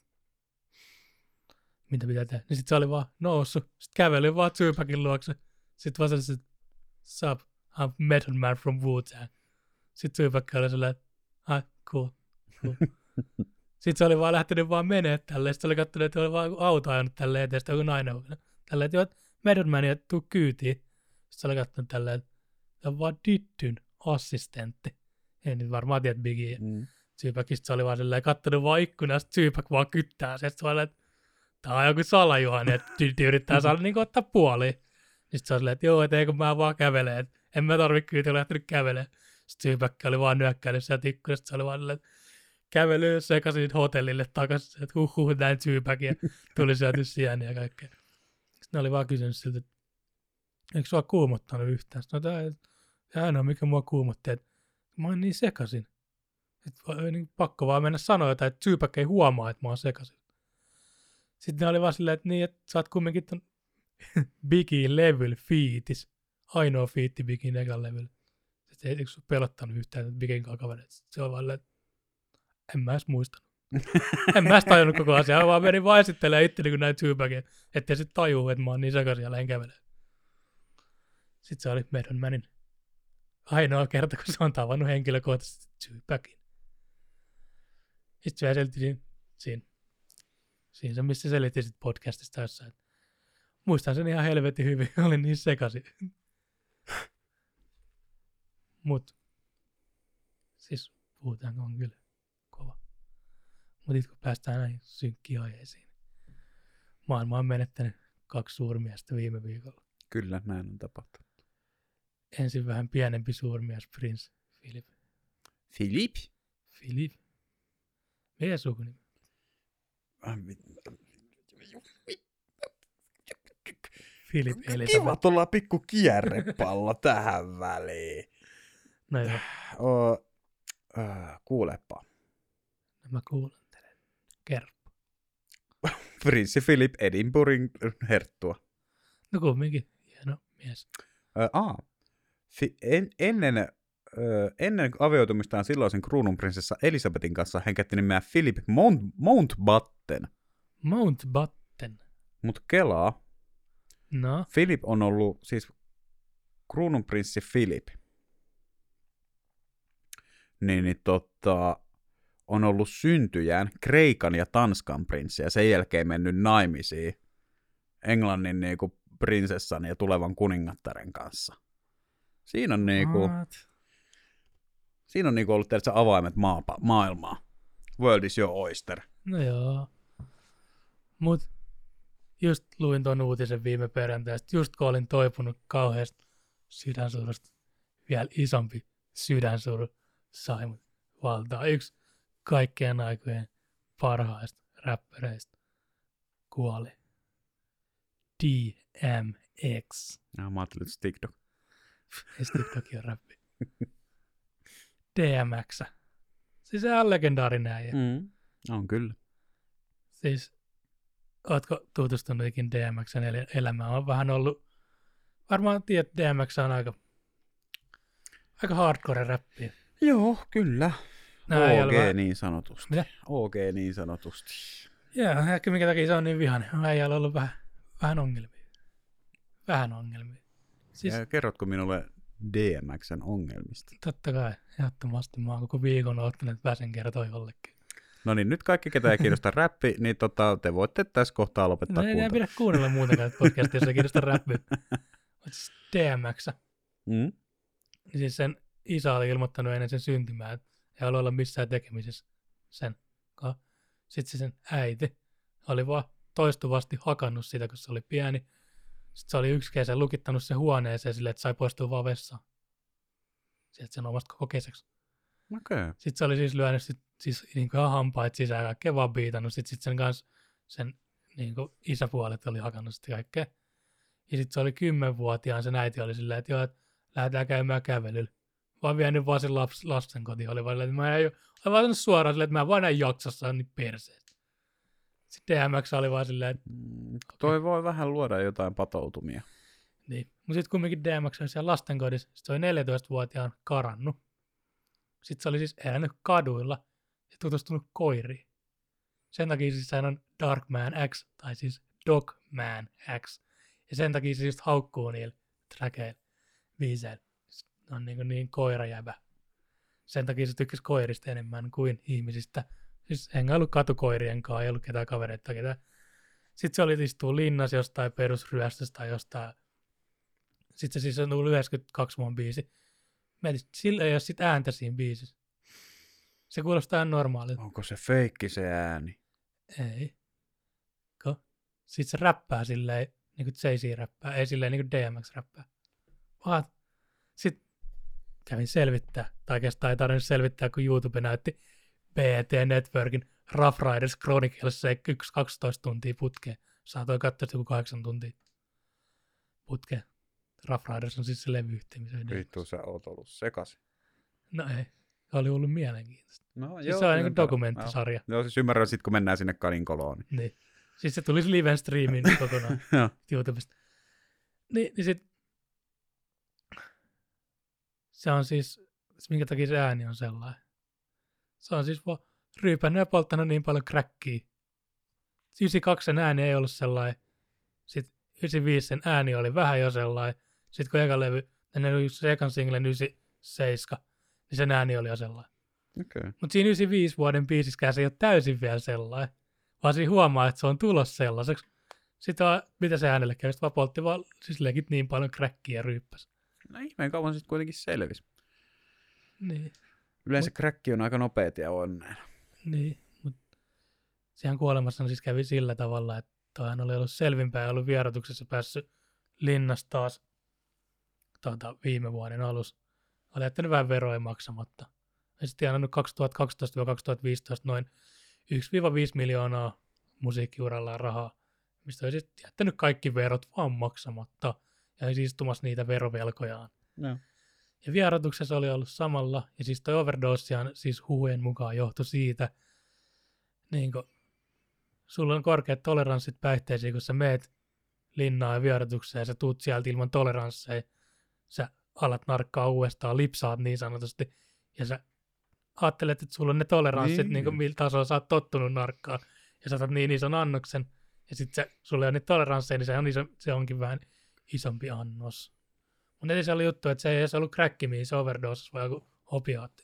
Mitä pitää tehdä? Niin sit se oli vaan noussut. Sitten käveli vaan Tupacin luokse. Sitten vaan se, sup, I'm Method Man from Wu-Tang. Sitten Tupac oli silleen, cool. Sitten se oli vaan lähtenyt vaan menee tälleen. Sitten se oli kattonut, että oli vaan auto ajanut tälleen eteen. Sitten joku nainen on tälleen, että joo, Method Man ja tuu kyytiin. Sitten se oli kattonut tälleen, että se on vaan Diddyn assistentti. Ei nyt varmaan tiedä Biggie. Tupacista se oli vaan silleen, kattonut vaan ikkunasta, Tupac vaan kyttää. Sitten se oli, että tää on joku salajuhani, että Diddy yrittää saada niin ottaa puoliin. Sitten se on silleen, että joo, et eikö mä vaan kävele, että en mä tarvitse kyytiä, lähtenyt kävelemään. Sitten Tupac oli vaan nyökkäillyt sieltä ikkunasta, se oli vaan silleen, että kävely sekaisin hotellille takaisin, että näin Tupac ja tuli syöty sieniä ja kaikkea. Sitten ne oli vaan kysynyt siltä, että eikö sua kuumottanut yhtään? Sitten tämä ainoa, mikä mua kuumotti, että mä oon niin sekaisin. Että pakko vaan mennä sanoa jotain, että Tupac ei huomaa, että mä oon sekaisin. Sitten ne oli vaan silleen, että niin, että sä oot kumminkin ton Biggie level fiitis. Ainoa fiitti Biggien ekan level. Sitten eikö sua pelottanut yhtään, että Biggien kanssa kavereet. Se on vaan silleen, että en mä edes muistanut. En mä edes tajunnut koko asiaa, vaan menin vaan esittelemaan itteni kun näin Tupacin, ettei sit tajuu, että mä oon niin sekaisin ja lähdin kävelemään. Sitten se oli Method Manin ainoa kerta, kun se on tavannut henkilökohtaisesti Tupacin. Sitten se selitti siinä se, missä selitti sit podcastista jossain. Muistan sen ihan helvetin hyvin, olin niin sekaisin. Mut siis puhutaan on kyllä kova. Mut kun päästään näihin synkkiin aiheisiin. Maailma on menettänyt 2 suurmiestä viime viikolla. Kyllä, näin on tapahtunut. Ensin vähän pienempi suurmies, Prince Philip. Philip? Mikä sukunimi? Philip Elisabeth. Kiva tulla pikku kierrepallo tähän väliin. No joo. Kuulepa. Mä kuuntelen. Kerro. Prinssi Philip Edinburghin herttua. No kumminkin. Hieno mies. Ennen avioitumistaan silloisen kruununprinsessa Elisabetin kanssa hän käytti nimeä Philip Mountbatten. Mountbatten. Mut kelaa. No. Philip on ollut siis kruununprinssi Philip. On ollut syntyjään Kreikan ja Tanskan prinssi ja sen jälkeen mennyt naimisiin Englannin niinku prinsessan ja tulevan kuningattaren kanssa. Siinä on niinku Siinä on niinku ollut tietysti avaimet maailmaa. World is your oyster. No joo. Mut just luin ton uutisen viime perjantaista, just kun olin toipunut kauheasta sydänsurusta, vielä isompi sydänsuru sai mut valtaa. Yksi kaikkien aikojen parhaista räppäreistä kuoli. DMX. No, mä ajattelin, että TikTok. TikTok on räppi. DMX. Siis se on legendaarinen äijä. On kyllä. Siis, ootko tutustunut ikin DMXn elämään? On vähän ollut, varmaan tiedät, että DMX on aika hardcore räppiä. Joo, kyllä. No, OG niin sanotusti. Mitä? OG niin sanotusti. Joo, ehkä minkä takia se on niin vihainen. Äijällä on ollut vähän ongelmia. Vähän ongelmia. Siis, ja kerrotko minulle DMXn ongelmista? Totta kai, ehdottomasti. Mä oon koko viikon ottanut, että väsen kertoo jollekin. No niin, nyt kaikki, ketä ei kiinnosta räppi, niin te voitte tässä kohtaa lopettaa kuuntelu. Ei pidä kuunnella muutakaan podcastia, jos ei kiinnosta räppiä. Mutta siis DMX. Niin siis sen isä oli ilmoittanut ennen sen syntymää, että ei halua olla missään tekemisessä sen kanssa. Sitten sen äiti oli vaan toistuvasti hakannut sitä, kun se oli pieni. Sitten se oli yksi kesä lukittanut se huoneeseen silleen, että sai poistua vaan vessaan. Sieltä sen omasta koko kesäksi. Okay. Sitten se oli siis lyönyt siis niin kuin ihan hampaat sisään, kaikkea vaan biitannut. Sitten sen kanssa sen niin kuin isäpuolet oli hakannut sitä kaikkea. Ja sitten se oli 10-vuotiaan, sen äiti oli silleen, että joo, että lähdetään käymään kävelyllä. Vaan vienyt vaan sen lasten kotiin. Oli vaan, että mä en vaan suoraan silleen, että mä en vaan näin jaksossa niin perseestä. Sitten DMX oli vaan silleen, että toi voi vähän luoda jotain patoutumia. Niin, mutta sitten kumminkin DMX oli siellä lastenkodissa. Sitten se oli 14-vuotiaan karannut. Sitten se oli siis elänyt kaduilla ja tutustunut koiriin. Sen takia siis hän on Darkman X, tai siis Dogman X. Ja sen takia se just haukkuu niillä trackeilla, biiseillä. On niin koirajäbä. Sen takia se tykkäsi koirista enemmän kuin ihmisistä. Siis hengailu katukoirien kanssa, ei ollut ketään kavereita ketään. Sitten se oli istuu linnassa jostain perusryöstöstä tai jostain. Sitten se siis on tullut 92 vuonna biisi. Mietin, sillä ei ole sit ääntä siinä biisissä. Se kuulostaa ihan normaalilta. Onko se feikki se ääni? Ei. Sitten se räppää silleen, niin kuin Jay-Z räppää, ei silleen niin kuin DMX räppää. Vaan sitten kävin selvittää, tai oikeastaan ei tarvinnut selvittää, kun YouTube näytti BET Networkin Rough Riders Chronicles 12 tuntia putkeen. Saatoin katsoa joku 8 tuntia putkeen. Rough Riders on siis se levyyhtiö, missä Vittu, sä oot ollut sekaisin. No ei, oli ollut mielenkiintoista. No, siis joo, se on niin kuin dokumenttisarja. Joo, siis ymmärrän sit, kun mennään sinne Karinkoloon. Niin. Siis se tulisi liven streamiin kokonaan YouTubesta. Niin sit se on siis, minkä takia se ääni on sellainen. Se on siis vaan ryypännyt ja polttanut niin paljon crackia. 92 sen ääni ei ollut sellainen. Sitten 95 sen ääni oli vähän jo sellainen. Sitten kun eka levy, se ekan singlen 97, niin sen ääni oli jo sellainen. Okay. Mutta siinä 95 vuoden biisiskään se ei ole täysin vielä sellainen. Vaan siinä huomaa, että se on tulossa sellaiseksi. Sitten mitä se äänelle kävi, sitten vaan poltti vaan siis legit niin paljon crackia ja ryyppäsi. No ihmeen kauan sitten kuitenkin selvisi. Niin. Yleensä kräkki on aika nopeet ja onneen. Niin, mutta sehän kuolemassa siis kävi sillä tavalla, että toihan oli ollut selvinpäin ja ollut vierotuksessa päässyt linnasta taas viime vuoden alussa. Oli jättänyt vähän veroja maksamatta. Ja sitten tienannut 2012-2015 noin 1-5 miljoonaa musiikkiurallaan rahaa, mistä oli sitten jättänyt kaikki verot vaan maksamatta ja olisi istumassa niitä verovelkojaan. No. Ja vierotuksessa oli ollut samalla, ja siis toi overdosehan siis huhujen mukaan johtui siitä, niin kun sulla on korkeat toleranssit päihteisiin, kun sä meet linnaan ja vierotukseen ja sä tuut sieltä ilman toleransseja, sä alat narkkaa uudestaan, lipsaat niin sanotusti, ja sä ajattelet, että sulla on ne toleranssit, niin millä tasolla sä oot tottunut narkkaa, ja sä otat niin ison annoksen, ja sitten sulla ei ole niitä toleransseja, niin se onkin vähän isompi annos. Mutta ei se oli juttu, että se ei edes ollut crack, mihin se overdosas, vai joku opiaatti.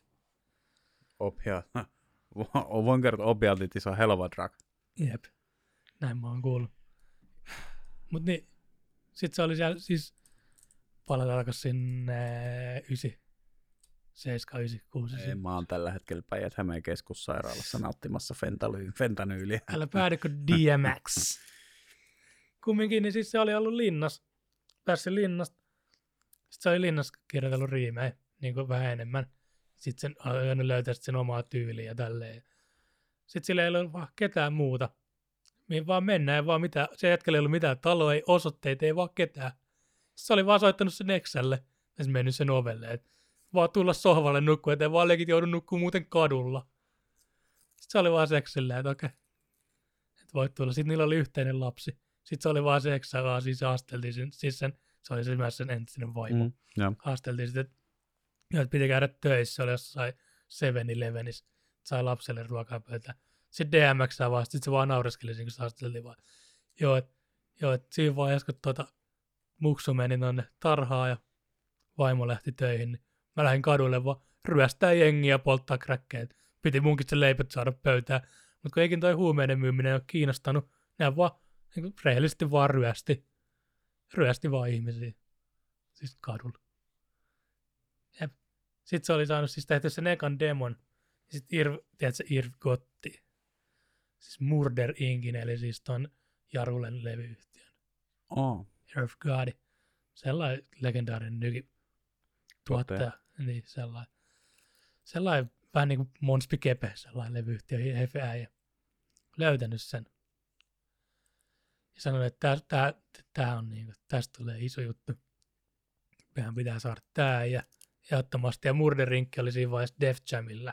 Voin kertoa, opiaatit is a hell of a drug. Jep, näin mä oon kuullut. Mut niin, sit se oli siellä, siis palataan takaisin sinne 7, 8, 6. Ei, mä oon tällä hetkellä Päijät-Hämeen keskussairaalassa nauttimassa fentanyyliä. Älä päädykö DMX. Kumminkin, niin siis se oli ollut linnassa. Päässyt linnasta. Sitten se oli linnassa kirjoitellut riimejä, niin kuin vähän enemmän. Sitten sen on löytänyt sen omaa tyyliä ja tälleen. Sitten sillä ei ollut vaan ketään muuta. Mihin vaan mennään, ei vaan mitään. Se hetkellä ei ollut mitään taloa, ei osoitteita, ei vaan ketään. Sitten se oli vaan soittanut sen Exälle ja se mennyt sen ovelle. Et vaan tulla sohvalle nukkua, ettei vaan legit joudu nukkua muuten kadulla. Sitten se oli vaan seksillä, että okei. Että voit tulla. Sitten niillä oli yhteinen lapsi. Sitten se oli vaan se Exä, vaan siis haasteltiin se oli se myös sen entinen vaimo. Haasteltiin sitten, että piti käydä töissä, se oli jossain 7-Elevenissä. Sai lapselle ruokaa pöytään. Sitten DMX vasta, sitten se vaan naureskeli, kun se haasteltiin vaan. Joo, että siinä vaiheessa, kun muksu meni tonne tarhaan ja vaimo lähti töihin, niin mä lähdin kadulle vaan ryöstää jengiä ja polttaa kräkkejä. Piti munkin se leipät saada pöytään. Mutta kun eikin toi huumeiden myyminen ei ole kiinnostanut, ne vaan niin rehellisesti vaan ryösti vaan ihmisiä. Siis kadulla. Jep. Sitten se oli saanut siis tehty sen ekan demon. Sitten Irv Gotti. Siis Murder Incin, eli siis ton Jarulen levyyhtiön. Irv Gotti. Sellainen legendaarinen nykituottaja. Niin sellainen vähän niin kuin Monspi Kepe, sellainen levyyhtiö, hefeäjä. Löytänyt sen. Ja sanoi, että tää on niin kuin, tästä tulee iso juttu. Mehän pitää saada tää ja ehdottomasti. Ja Murder Inc oli siinä vaiheessa Def Jamilla.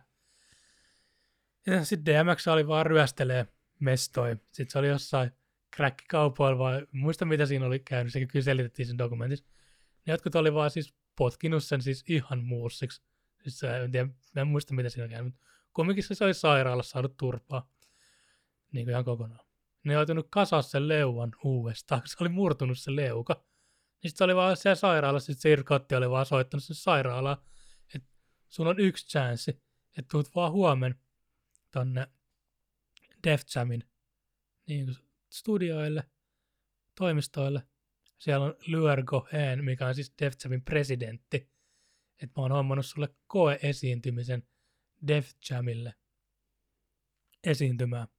Ja sitten DMX oli vaan ryöstelee mestoi. Sitten se oli jossain crack-kaupoilla vai muista mitä siinä oli käynyt. Sekin kyllä selitettiin sen dokumentissa. Ne jotkut oli vaan siis potkinut sen siis ihan muussiksi. Siis en muista mitä siinä on käynyt. Kumminkin se oli sairaalassa saanut turpaa. Niin kuin ihan kokonaan. Ne oli joutunut kasaa sen leuan uudestaan. Se oli murtunut se leuka. Niin sitten se oli vaan siellä sairaalassa. Sitten se Irkotti oli vaan soittanut sen sairaalaan. Että sun on yksi chanssi. Että tuut vaan huomen tonne Def Jamin niin studioille, toimistoille. Siellä on Luergo Hen, mikä on siis Def Jamin presidentti. Että mä oon hommannut sulle koe-esiintymisen Def Jamille esiintymään.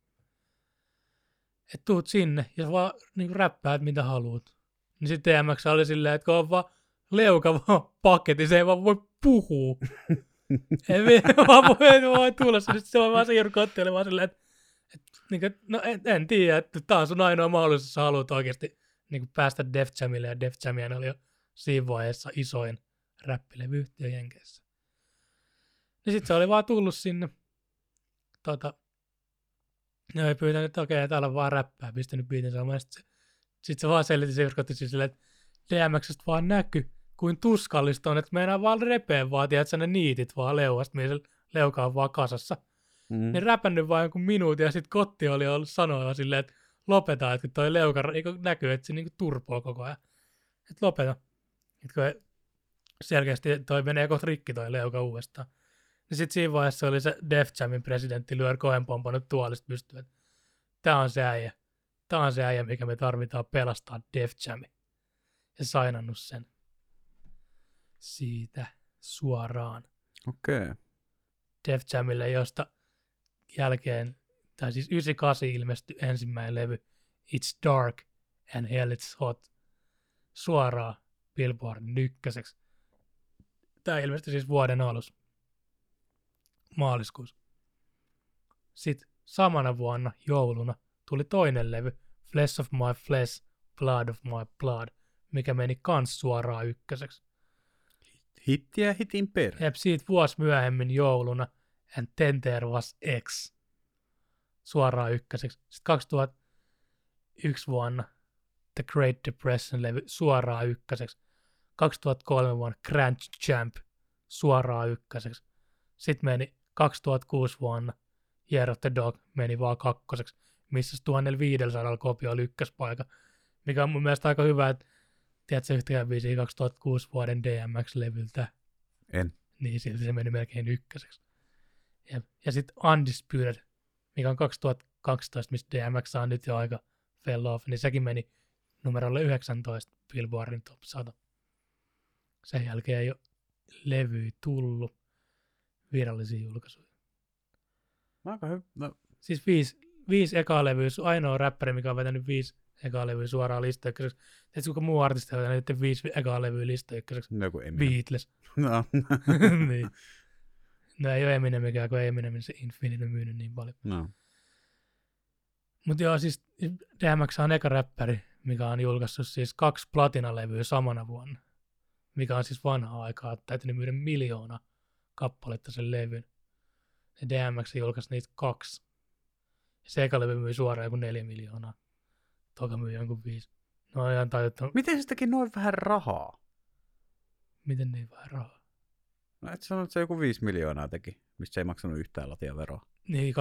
Että tuut sinne ja vaan niin räppäät mitä haluut. Niin sitten DMX oli silleen, että kun on vaan leuka vaan paketti, se ei vaan voi puhua. Ei vaan voi tulla. Sitten se on vaan se Irkotti oli vaan silleen, että no en tiedä, että tää on sun ainoa mahdollisuus, jos sä haluat oikeasti niin päästä Def Jamille. Ja Def Jamien oli jo siinä vaiheessa isoin räppilevyyhtiö Jenkeissä. Niin sit se oli vaan tullut sinne. Ne ei pyytänyt, että okei, täällä on vaan räppää, pistänyt biitin saamaan. Sitten se vaan selitti se Irkotti silleen, että DMX:stä vaan näky, kuin tuskallista on, että meinaa vaan repeen vaan, tiedätkö ne niitit vaan leuasta, mihin se leuka on vaan kasassa. Niin räpännyt vaan jonkun minuutin ja sitten Kotti oli ollut sanoa silleen, että lopeta, että toi leuka näkyy, että se niinku turpoo koko ajan. Että lopeta. Että kun selkeästi toi menee kohta rikki toi leuka uudestaan. Niin sitten siinä vaiheessa oli se Def Jamin presidentti Lyör Cohen pompannut tuolista pystyyn, että tää on se äijä. Tää on se äijä, mikä me tarvitaan pelastaa Def Jami. Ja sainannut sen siitä suoraan. Okei. Def Jamille, josta jälkeen, tai siis 98 ilmestyi ensimmäinen levy It's Dark and Hell It's Hot suoraan Billboardin ykköseksi. Tämä ilmestyi siis vuoden alussa, maaliskuussa. Sitten samana vuonna jouluna tuli toinen levy Flesh of My Flesh, Blood of My Blood, mikä meni kans suoraan ykköseksi. Hittiä hitin perään. Jep, siitä vuosi myöhemmin jouluna And Then There Was X suoraan ykköseksi. Sitten 2001 vuonna The Great Depression-levy suoraan ykköseksi. 2003 vuonna Grand Champ suoraan ykköseksi. Sitten meni 2006 vuonna Year of the Dog meni vaan kakkoseksi, missä 1500 kopioilla ykköspaikka, mikä on mun mielestä aika hyvä, että tiedätkö yhtäkään biisiä 2006 vuoden DMX-levyltä? En. Niin silti se meni melkein ykköseksi. Ja sitten Undisputed, mikä on 2012, mistä DMX on nyt jo aika fell off, niin sekin meni numerolle 19 Billboardin Top 100. Sen jälkeen ei ole levyä tullut. virallisia julkaisuja. Aika hyvä. No. Siis 5 ekaa levyä, ainoa räppäri, mikä on vetänyt 5 ekaa levyä suoraan listaykköseksi. Tiedätkö, kuka muu artisti on vetänyt 5 ekaa levyä listaykköseksi? Joku Eminem. Beatles. No. Niin. No ei ole Eminemikään, kun Eminemin se Infinite on myynyt niin paljon. No. Mutta joo, siis DMX on eka räppäri, mikä on julkaissut siis 2 platinalevyä samana vuonna. Mikä on siis vanhaa aikaa, että täytyy myydä 1 miljoona kappaletta sen levyn. Ja DMX julkaisi niitä 2. Ja se eka levy myi suoraan joku 4 miljoonaa. Toka myi jonkun 5. No ihan tajuttu. Miten se teki noin vähän rahaa? Miten niin vähän rahaa? No et sano, että se joku 5 miljoonaa teki, mistä se ei maksanut yhtään latiaveroa. Niin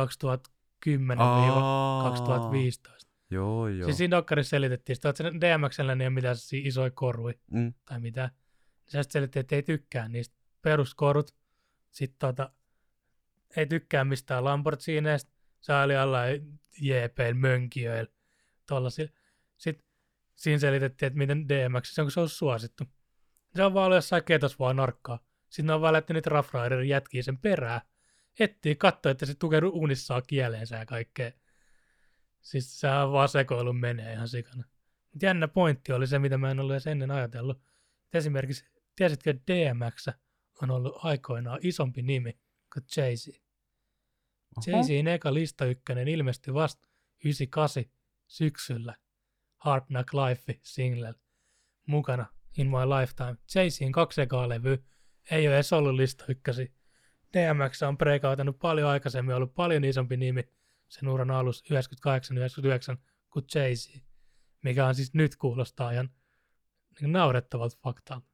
2010-2015. Joo. Siis siinä dokkarissa selitettiin, että DMX:llä niin ei ole mitään isoja korui tai mitä. Sä selitettiin, että ei tykkää niistä peruskorut. Sitten ei tykkää mistään Lamborghineista. Se oli jollain jeepeillä, mönkijöillä, tollasilla. Sitten siinä selitettiin, että miten DMX, se on suosittu. Se on vaan ollut jossain ketos vaan narkkaa. Sitten ne on vaan lähtenyt Rough Riderin jätkiä sen perään. Etsii katsoa, että se tukee unissaan kieleensä ja kaikkea. Siis sehän vaan sekoilu menee ihan sikana. Mutta jännä pointti oli se, mitä mä en ollut edes ennen ajatellut. Et esimerkiksi, tiesitkö, että DMX on ollut aikoinaan isompi nimi kuin Jay-Z. Jay-Zin eka lista ykkönen ilmestyi vasta 98 syksyllä Hard Knock Life singlellä mukana In My Lifetime. Jay-Zin 2 ekaa levyä ei ole edes ollut lista ykkösi. DMX on breakoutanut paljon aikaisemmin, ollut paljon isompi nimi sen uran alussa 98-99 kuin Jay-Z, mikä on siis nyt kuulostaa ihan niin naurettavalta faktalta.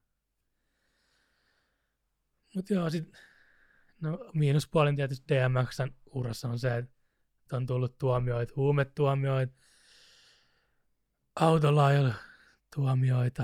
Mutta joo, miinuspuolin tietysti DMX:n urassa on se, että on tullut tuomioita, huumetuomioita, autolailla-tuomioita,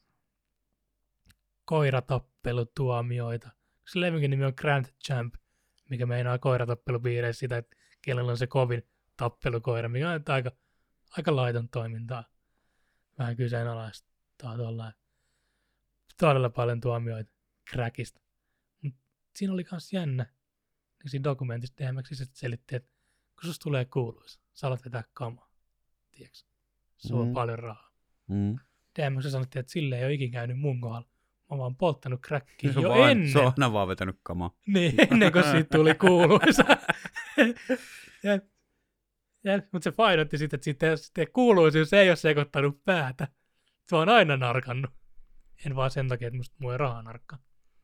koiratappelutuomioita. Se levykin nimi on Grand Champ, mikä meinaa koiratappelupiireissä sitä, että kenellä on se kovin tappelukoira, mikä on aika laiton toimintaa. Vähän kyseenalaistaa tuollain. Todella paljon tuomioita crackista. Mut siinä oli kans jännä. Niin siinä dokumentissa DMX selitti, että kun susta tulee kuuluisa, sä alat vetää kamaa. Tiedätkö? Sulla on paljon rahaa. DMX sanottiin, että sille ei ole ikin käynyt mun kohdalla. Mä oon vaan polttanut crackia jo ennen. Se on aina vaan vetänyt kamaa. Niin, ennen kuin siitä tuli kuuluisa. Mutta se painotti sitten, että sitten kuuluisuus ei ole sekoittanut päätä. Se on aina narkannut. En vaan sen takia, että mulla ei rahaa narkkaa.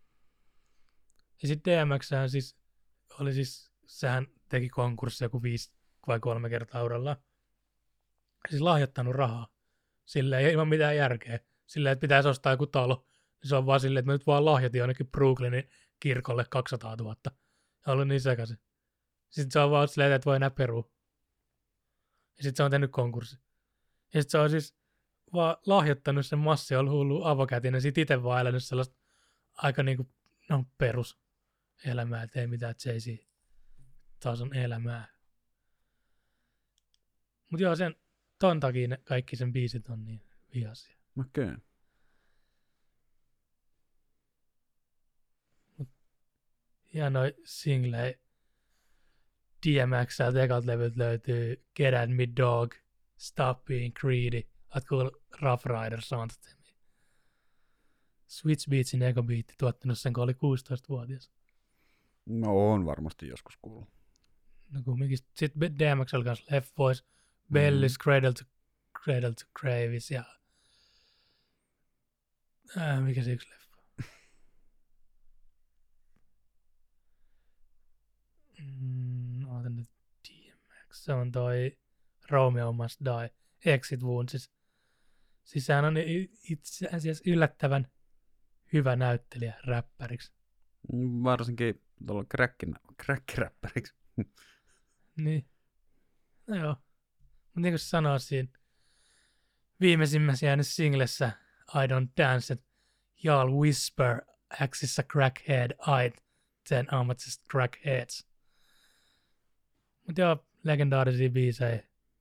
Ja sitten DMX sehän teki konkurssi joku 5 vai 3 kertaa urallaan. Siis lahjoittanut rahaa. Silleen ei ilman mitään järkeä. Silleen, että pitäisi ostaa joku talo. Se on vaan silleen, että mä nyt vaan lahjoitin jonnekin Brooklynin kirkolle 200 000. Ja ollut niin sekaisin. Sitten se on vaan silleen, että voi enää perua. Ja sitten se on tehnyt konkurssi. Ja sitten se on siis vaan lahjoittanut sen massi, ollut hullu avokätinen. Sitten itse vaan elänyt sellaista aika niinku, perus elämää, että ei mitään Jay-Z. Taas on elämää. Mutta joo, ton takia kaikki sen biisit on niin vihaisia. Okei. Ja noi singlei DMX:ltä ekat levyt löytyy Get at Me Dog, Stop Being Greedy, oot kuullut Rough Rider Soundthemia. Switch Beatsin eka biitti tuottanut sen, kun oli 16-vuotias. No on varmasti joskus kuullut. No kumminkin. Sitten DMX oli kanssa Left Voice, Bellis, Cradle to Graves ja mikä se yksi leffa? Ootan nyt DMX. Se on toi Romeo Must Die, Exit Wounds. Siis sehän on itse asiassa yllättävän hyvä näyttelijä räppäriksi. Varsinkin tuolla crack-räppäriksi. Niin. No joo. Mutta niin kuin se sanoo siinä viimeisimmässä jäänyt singlessä I Don't Dance, että y'all whisper, axis a crackhead, I'd ten ammattista crackheads. Mutta joo, legendaarisia biisejä.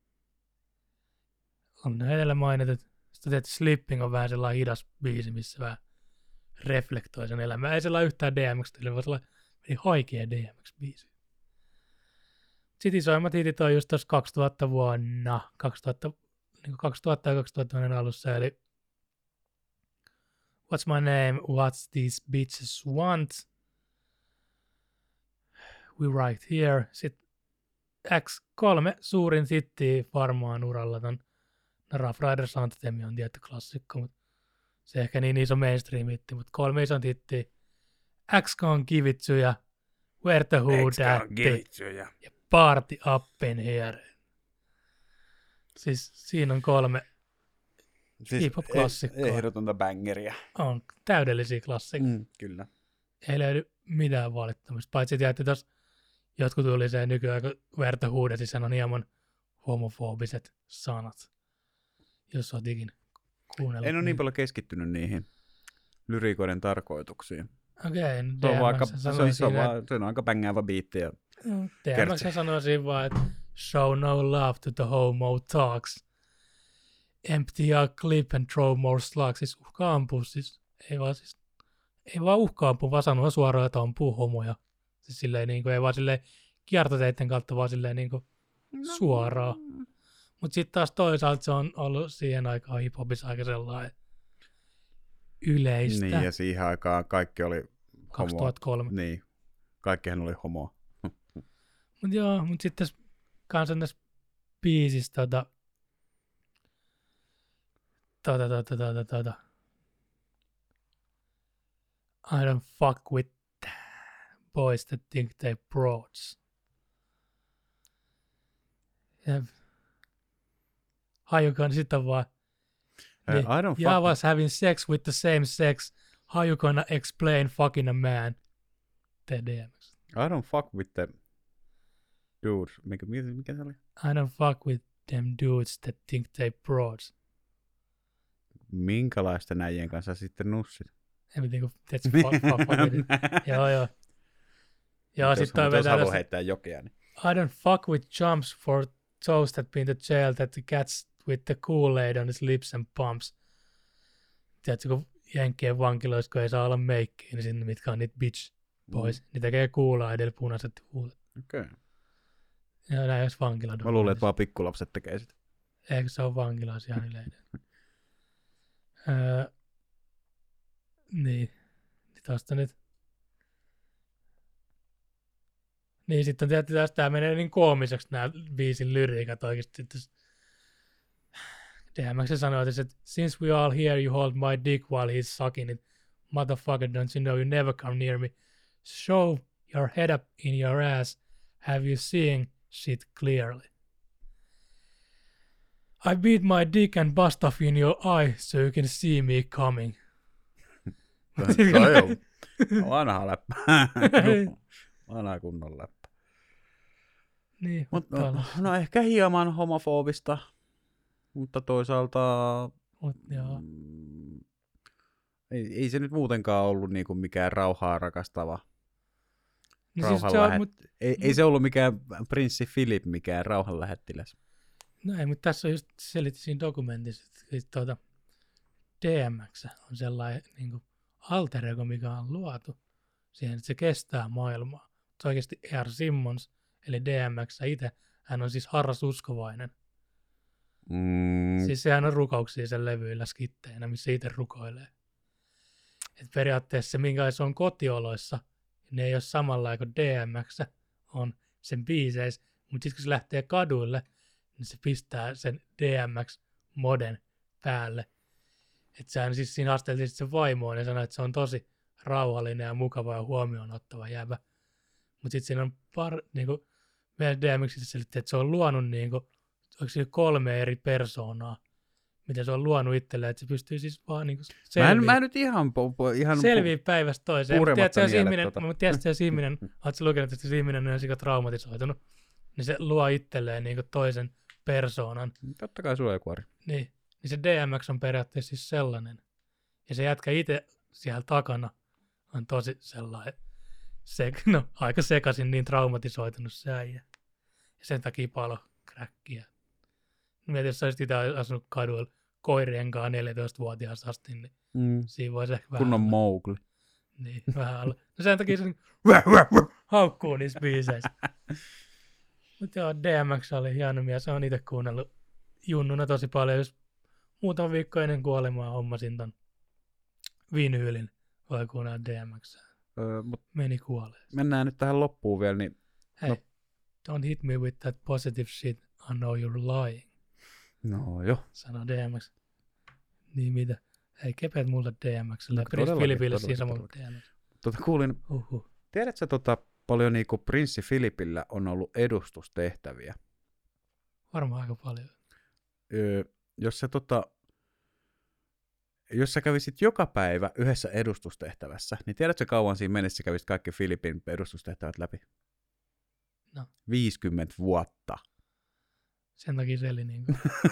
On ne edellä mainitut. Sitten tietysti Slipping on vähän sellainen hidas biisi, missä vähän reflektoi sen elämää. Ei sellainen yhtään DMX-tyyli, vaan sellainen Eli haikea DMX-biisi. Sitten isoimmat hitit on just tuossa 2000 vuonna, 2000 ja 2000 alussa, eli What's My Name, What's These Bitches Want, We Right Here. Sitten X3 suurin hitti varmaan uralla ton Rough Riders Anthem on tietty klassikko, mutta se ehkä niin iso mainstream hitti, mutta 3 ison hittiä. X-Con Give It To Ya, Where the Hood At ja Party Up in Here. Siis siinä on 3 hip-hop-klassikkoa. Ehdotonta bangeria. On täydellisiä klassikkoja. Kyllä. Ei löydy mitään valittamista. Paitsi tietysti tuossa jotkut tuli se nykyään, kun Where the Hood At, siis on hieman homofobiset sanat. Jos olet ikinä kuunnellut. En ole niin paljon keskittynyt niihin lyriikoiden tarkoituksiin. Okei, se on aika bängäävä biitti. DMX sanoi siinä vaan, että show no love to the homo talks. Empty a clip and throw more slugs. Siis uhka ampua, ei vaan uhka ampua, vaan sanoa suoraan, että ampuu homoja. Siis silleen niinku, ei vaan silleen kiertoteiden kautta, vaan silleen niinku suoraan. Mutta sitten taas toisaalta se on ollut siihen aikaan hip-hopissa aika sellainen yleistä. Niin, ja siihen aikaan kaikki oli 2003. Niin, kaikkihan oli homoa. Mutta sitten kanssa tässä biisissä I don't fuck with boys that think they broads. Hajukan sitten vaan. I was having sex with the same sex. How you gonna explain fucking a man? DMX. I don't fuck with them dudes. Mikä se oli? I don't fuck with them dudes that think they broads. Minkälaisten äijien kanssa sitten nussit? En tiedä, that's fuck with it. Joo. Joo, sit toi vetää haluaa heittää jokea, niin. I don't fuck with jumps for those that been to jail that gets with the Kool-Aid on his lips and pumps. Tiedätkö, kun jenkkien vankiloissa, kun ei saa olla meikkiä, niin sinne mitkä on niitä bitch boys, niin tekee Kool-Aidille punaiset huulet. Okei. Okay. Ja näin jos vankila. Mä luulen, että vaan pikkulapset tekee sitä. Eikö se ole vankilaisia ihan yleinen? Niin. Tosta nyt. Niin sitten tietysti tästä tämä menee niin koomiseksi nämä biisin lyriikat oikeasti. DMX sanoo, että since we all here you hold my dick while he's sucking it. Motherfucker, don't you know you never come near me. Show your head up in your ass. Have you seen shit clearly? I beat my dick and bust off in your eye so you can see me coming. Toi on vanha läppä. Vanha kunnon läppä. Niin, no ehkä hieman homofobista, mutta toisaalta ei se nyt muutenkaan ollut niinku mikään rauhaa rakastava. Ei se ollut mikään prinssi Philip, mikään rauhanlähettiläs. No ei, mutta tässä on just selitti siinä dokumentissa, että DMX on sellainen niin alter ego, mikä on luotu siihen, että se kestää maailmaa. Se oikeasti R. Simmons, eli DMX itse, hän on siis harrasuskovainen. Siis sehän on rukouksia sen levyillä skitteinä, missä itse rukoilee. Et periaatteessa se, minkä se on kotioloissa, ne ei ole samalla kuin DMX on sen biiseissä, mutta sitten kun se lähtee kaduille, niin se pistää sen DMX-moden päälle. Että sehän siis siinä haasteltiin sen vaimoon ja sanoi, että se on tosi rauhallinen ja mukava ja huomioon ottava jäbä. Mutta sitten siinä on niinku, meidän DMXissä selitti, että se on luonut niinku, onko siinä 3 eri persoonaa, mitä se on luonut itselleen, että se pystyy siis vaan niinku mä nyt ihan selviä päivästä toiseen. Purematta Mutta tiedätkö, jos ihminen, oletko lukenut, että jos ihminen on sika traumatisoitunut, niin se luo itselleen niinku toisen persoonan. Totta kai suojakuori. Niin se DMX on periaatteessa siis sellainen. Ja se jätkä itse siellä takana on tosi sellainen, aika sekaisin niin traumatisoitunut se äijä. Ja sen takia palo kräkkiä. Mietin, jos sä olisit itse asunut kaduilla koirien kanssa 14-vuotiaasta asti, niin siinä voisi ehkä vähän... Kunnon Mowgli. Niin, vähän alla. No sen takia se haukkuu niissä biiseissä. Mutta joo, DMX oli hieno mies. Se on itse kuunnellut junnuna tosi paljon. Jos muutama viikko ennen kuolemaa hommasin ton vinyylin, voi kuunnella DMX. Meni kuoleen. Mennään nyt tähän loppuun vielä. Niin, Hei, don't hit me with that positive shit. I know you're lying. No jo. Sanoo DMX. Niin mitä? Hei, kepeät mulle DMXlle. Prince Philipille siinä samalla DMX. Kuulin, tiedätkö paljon niinku Prinssi Philipillä on ollut edustustehtäviä? Varmaan aika paljon. Jos sä kävisit joka päivä yhdessä edustustehtävässä, niin tiedätkö kauan siinä mennessä kävisit kaikki Philipin edustustehtävät läpi? No. 50 vuotta. Sen takia se oli niinku.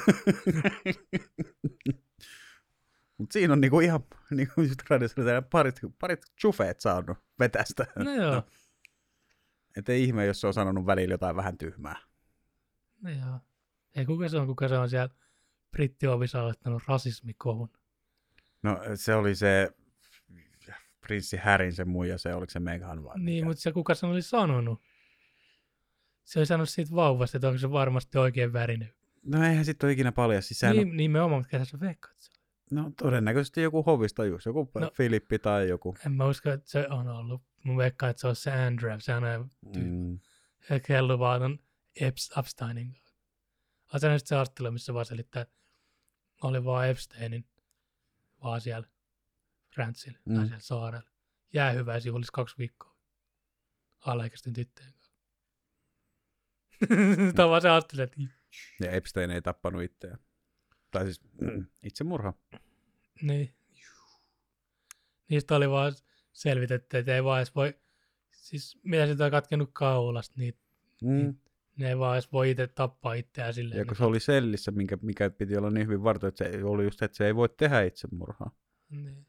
Mutta siinä on niinku ihan niinku just radiossa parit chufeet saanut vetästä. No joo. Et ei ihme, jos se on sanonut välillä jotain vähän tyhmää. No joo. Ei kuka se on siellä brittiovissa aloittanut rasismikohun. No se oli se prinssi Harryn se muija, se oliko se Meghan vai niin, mutta se kuka sen oli sanonut? Se oli sanonut siitä vauvasta, että onko se varmasti oikein värinen. No eihän sit ole ikinä paljon. Siis nimenomaan, mutta ketä sä veikkaat se? No todennäköisesti joku hovista just, joku Filippi tai joku. En mä usko, että se on ollut. Mun veikkaan, että se on se Andrew, se on kellu vaan on Epsteinin kautta. Oletko näistä se artikkeli, missä vaan selittää, että oli vaan Epsteinin vaan siellä Rantsilla tai siellä saarella. Jäähyväisiä olisi 2 viikkoa alaikäisten tyttöjen kanssa. Tämä on vaan se artikkeli, että ja Epstein ei tappanut itseään. Tai siis itsemurha. Niin. Niistä oli vaan selvitetty, että ei vaan edes voi, siis mitä sitä on katkenut kaulasta, niin ne ei vaan edes voi itse tappaa itseään silleen. Ja kun se oli sellissä, mikä piti olla niin hyvin varto, että se oli just, että se ei voi tehdä itsemurhaa. Niin.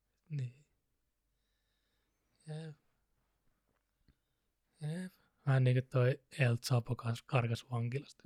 Jep. Vähän niin kuin toi El Chapo karkas vankilasta.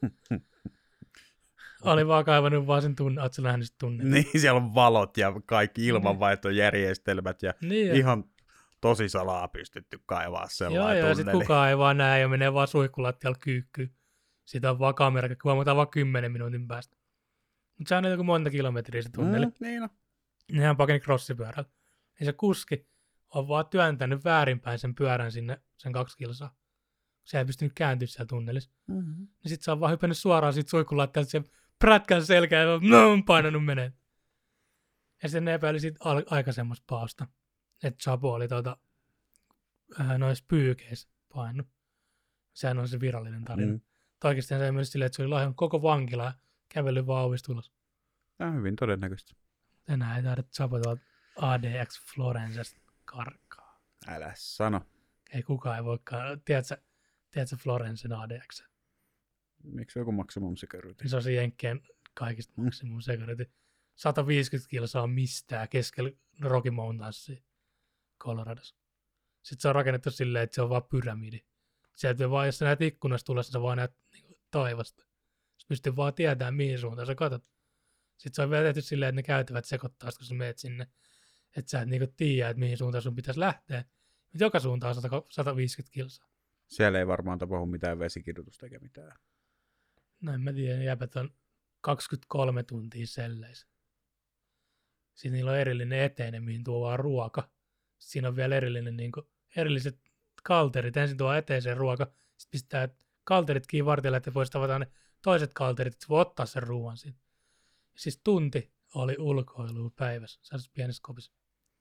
Oli vaan kaivannut vaan sen tunne, ootko sä nähnyt sitä tunne? Niin, siellä on valot ja kaikki ilmanvaihtojärjestelmät ja ihan tosi salaa pystytty kaivaa sellainen Joo, ja sit kukaan ei vaan näe ja menee vaan suihkulattialla kyykkyyn. Siitä on vaan kamera, huomataan vaan 10 minuutin päästä. Mutta sehän on joku monta kilometriä se tunneli. Niin on. Nehän pakeni crossipyörällä. Ja se kuski on vaan työntänyt väärinpäin sen pyörän sinne sen 2 kilsaa. Se ei pystynyt kääntyä siellä tunnelissa. Ja sit se on vaan hypännyt suoraan siitä suihkulattialta sen prätkän selkään ja on painanut menee. Ja sitten ne epäili siitä aikaisemmasta paasta, että Chapo oli noissa pyykeissä painut. Sehän on se virallinen tarina. Oikeastaan se ei mennyt silleen, että se oli lahjannut koko vankila ja kävellyt vaan ovista ulos. Tämä on hyvin todennäköistä. Enää ei taida Chapo tuolta ADX Florencesta karkaa. Älä sano. Ei kukaan ei voikaan. Tiedätkö Florencen ADX? Miksi joku maximum security? Se on se Jenkkien kaikista maximum security. 150 kilsaa mistään keskellä Rocky Mountainsia Coloradossa. Sitten se on rakennettu silleen, että se on vaan pyramidi. Sieltä vaan, jos sä näet ikkunasta tulossa, sä vaan näet niin taivasta. Sä pystyt vaan tietämään, mihin suuntaan sä katot. Sitten se on vielä tehty silleen, että ne käytävät sekoittaa, kun sä meet sinne. Että sä et niin tiedä, että mihin suuntaan sun pitäisi lähteä. Mutta joka suuntaan on 150 kilsaa. Siellä ei varmaan tapahdu mitään vesikidutusta eikä mitään. No en mä tiedä, jäbät on 23 tuntia selleissä. Sitten niillä on erillinen eteinen, mihin tuodaan ruoka. Siinä on vielä erilliset kalterit. Ensin tuo eteiseen ruoka, sitten pistää kalterit kiinni vartille, että voisi tavata ne toiset kalterit, että voi ottaa sen ruoan siitä. Siis tunti oli ulkoilua päivässä, sellaisessa pienessä kopissa.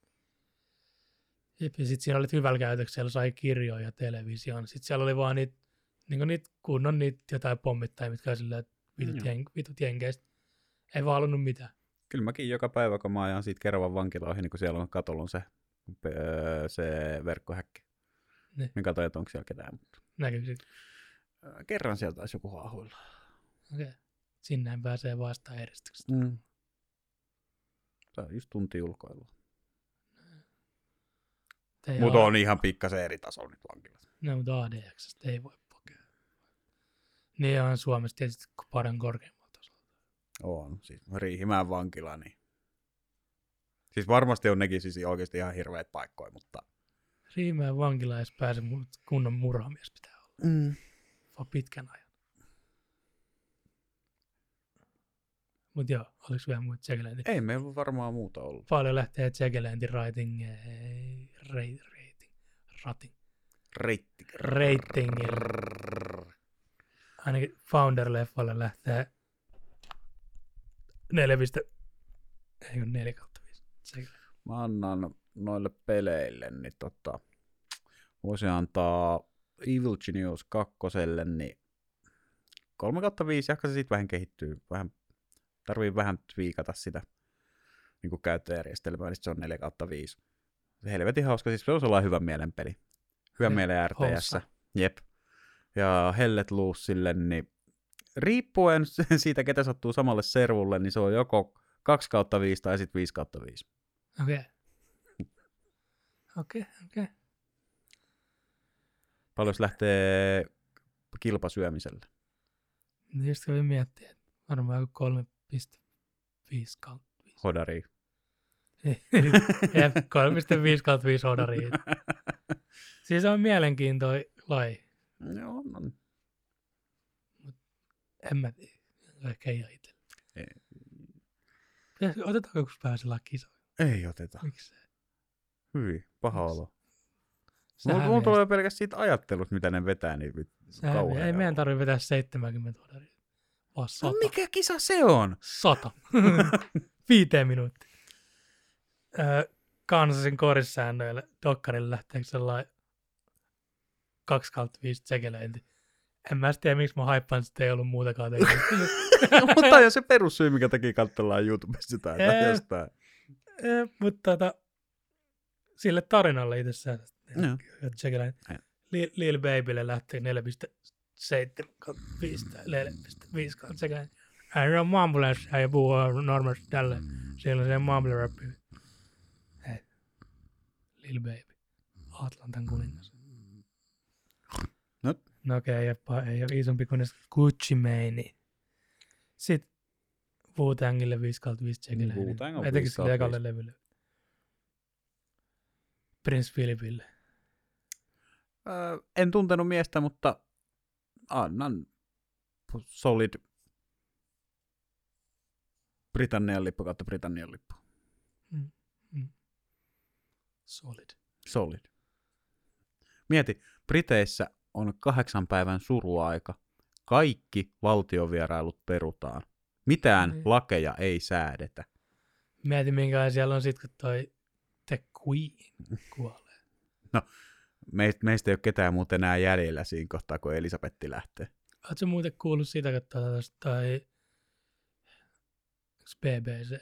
Ja sitten siinä oli hyvällä käytöksellä, sai kirjoja ja televisioon. Sitten siellä oli vaan niitä kunnon jotain pommittajia, mitkä oli silleen, että vitut jenkeistä. Ei vaan halunnut mitään. Kyllä mäkin joka päivä, kun mä ajan siitä Kerovan vankiloihin, niin kun siellä on katolla on se verkkohäkki. Niin. Mä katsoin, että onko siellä ketään. Näkyy sitten. Kerran sieltä taisi joku haahuilla. Okei. Sinne pääsee vastaan eristyksestä. Se on just tunti ulkoilua. Mutta on ihan pikkasen eri tasolla nyt vankilat. No, mutta ADX:stä ei voi pokea. Niin on Suomessa tietysti paljon korkeammalla tasolla. On, siis Riihimäen vankila, niin Siis varmasti on nekin siis oikeasti ihan hirveät paikkoja, mutta... Riimäen vankila edes pääse, mutta kunnon murhamies pitää olla. Vaan pitkän ajan. Mut joo, oliko vielä muita tsekelenti? Ei meillä varmaan muuta ollut. Paljon lähtee tsekelenti ratingille. Ainakin Founder-leffalle lähtee 4/5. Mä annan noille peleille, niin voisin antaa Evil Genius 2, niin 3/5, ehkä se sitten vähän kehittyy. Tarvii vähän twiikata sitä niin käyttöjärjestelmää, niin se on 4/5. Helvetin hauska, siis se on sellainen hyvän mielen peli. Hyvän mielen RTS. Jep. Ja Hellet Looselle, niin riippuen siitä, ketä sattuu samalle servulle, niin se on joko 2/5 tai sitten 5/5. Okei. Paljon se lähtee kilpasyömiselle. Just kävin miettiä, että varmaan 3/5/5. Hodari. 3/5/5 hodari. Siis on mielenkiintoinen laji. Joo, no. En mä tiedä. Ehkä ei ole itsellä. Otetaanko kun pääsellä kisoihin? Ei oteta. Miksei? Hyi, paha olo. Mulla tulee pelkästään siitä ajattelusta, mitä ne vetää, niin kauhean. Ei meidän tarvitse vetää 70 hodaria. Vaan 100. No mikä kisa se on? 100. 5 minuuttia. Kansasin korissäännöillä dokkarille lähteekö sellainen 2/5 tsekelöinti. En mä tiedä, miksi mä haippaan, että ei ollut muutakaan tekemistä. Mutta on jo se perussyy, mikä takia katsellaan YouTubesta tai jostain. Mutta sille tarinalle itsessään. Lil Babylle lähtee 4/7/5 tai 4/5/7. Hän on mumbles, hän puhuu normaalisti tälle. Siellä on se mumble-rappi. Hei, Lil Baby, Atlantan kuningas. No okei, ei ole isompi kuin Gucci Mane. Sitten Wu-Tangille 5/5 tsekelöinti. Wu-Tang on etenkin 5/5. sille ekalle levylle. Prince Philipille. En tuntenut miestä, mutta annan solid Britannian lippu kautta Britannian lippu. Solid. Mieti, Briteissä on 8 päivän suruaika. Kaikki valtiovierailut perutaan. Mitään lakeja ei säädetä. Mieti, minkälainen siellä on sitten, kun toi The Queen kuolee. No, meistä ei ole ketään muuta enää jäljellä siinä kohtaa, kun Elisabetti lähtee. Oletko muuten kuullut siitä, kun toi BBC,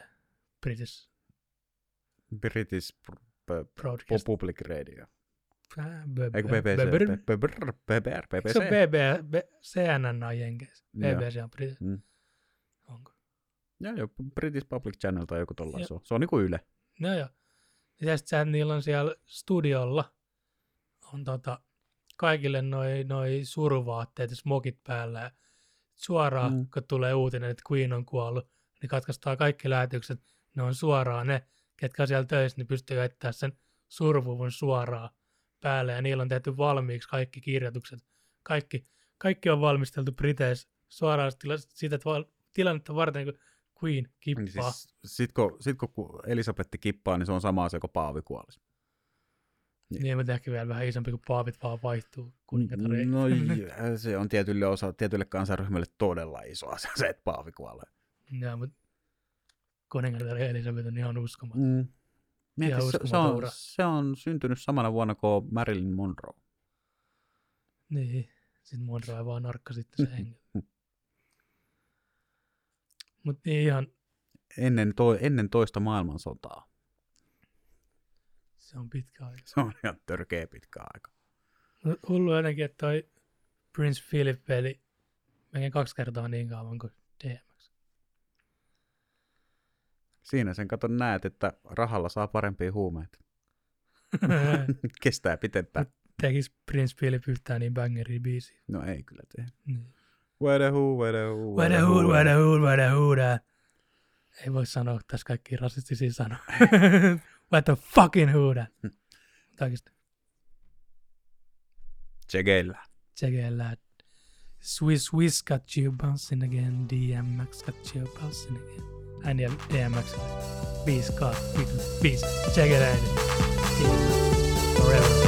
British Broadcast Public Radio. Eikö BBC? Se on CNN on Jenkeissä. BBC on British. Onko? Joo, British Public Channel tai joku tollainen. Se on niinku Yle. No joo. Ja sitten niillä on siellä studiolla on kaikille noi suruvaatteet ja smokit päällä. Ja suoraan, kun tulee uutinen, että Queen on kuollut, niin katkaistaan kaikki lähetykset. Ne on suoraan ne, ketkä on siellä töissä, niin pystyy jättämään sen suruvuvun suoraan päälle. Ja niillä on tehty valmiiksi kaikki kirjoitukset. Kaikki on valmisteltu Briteissä suoraan sitä tilannetta varten, kun Queen kippaa. Siis, sit kun Elisabetti kippaa, niin se on sama asia kuin Paavi kuolisi. Niin, mutta ehkä vielä vähän isompi, kun paavit vaan vaihtuu kuningatareen. No se on tietylle kansanryhmälle todella iso asia se, että Paavi kuolee. Joo, mutta kuningatar Elisabeth on ihan uskomaton. Mieti, se on syntynyt samana vuonna kuin Marilyn Monroe. Niin, sitten Monroe vaan narkka sitten se hengi. Mutta niin ihan... Ennen toista maailmansotaa. Se on pitkä aika. Se on ihan törkeä pitkä aika. Hullu jotenkin, että toi Prince Philip-peli melkein 2 kertaa niin kauan kuin DMX. Siinä sen katon näet, että rahalla saa parempia huumeita. Kestää pitempään. Tekis Prince Philip yhtään niin bangeria biisiä? No ei kyllä tee. Niin. Where the who. Ei voi sanoa tässä kaikkia rasistisia sanoja. What the fucking who that? Oikeasti. Tsekeillään. Swiss got you bouncing again. DMX got you bouncing again. Hän ja DMX. 5 Check it out. Forever.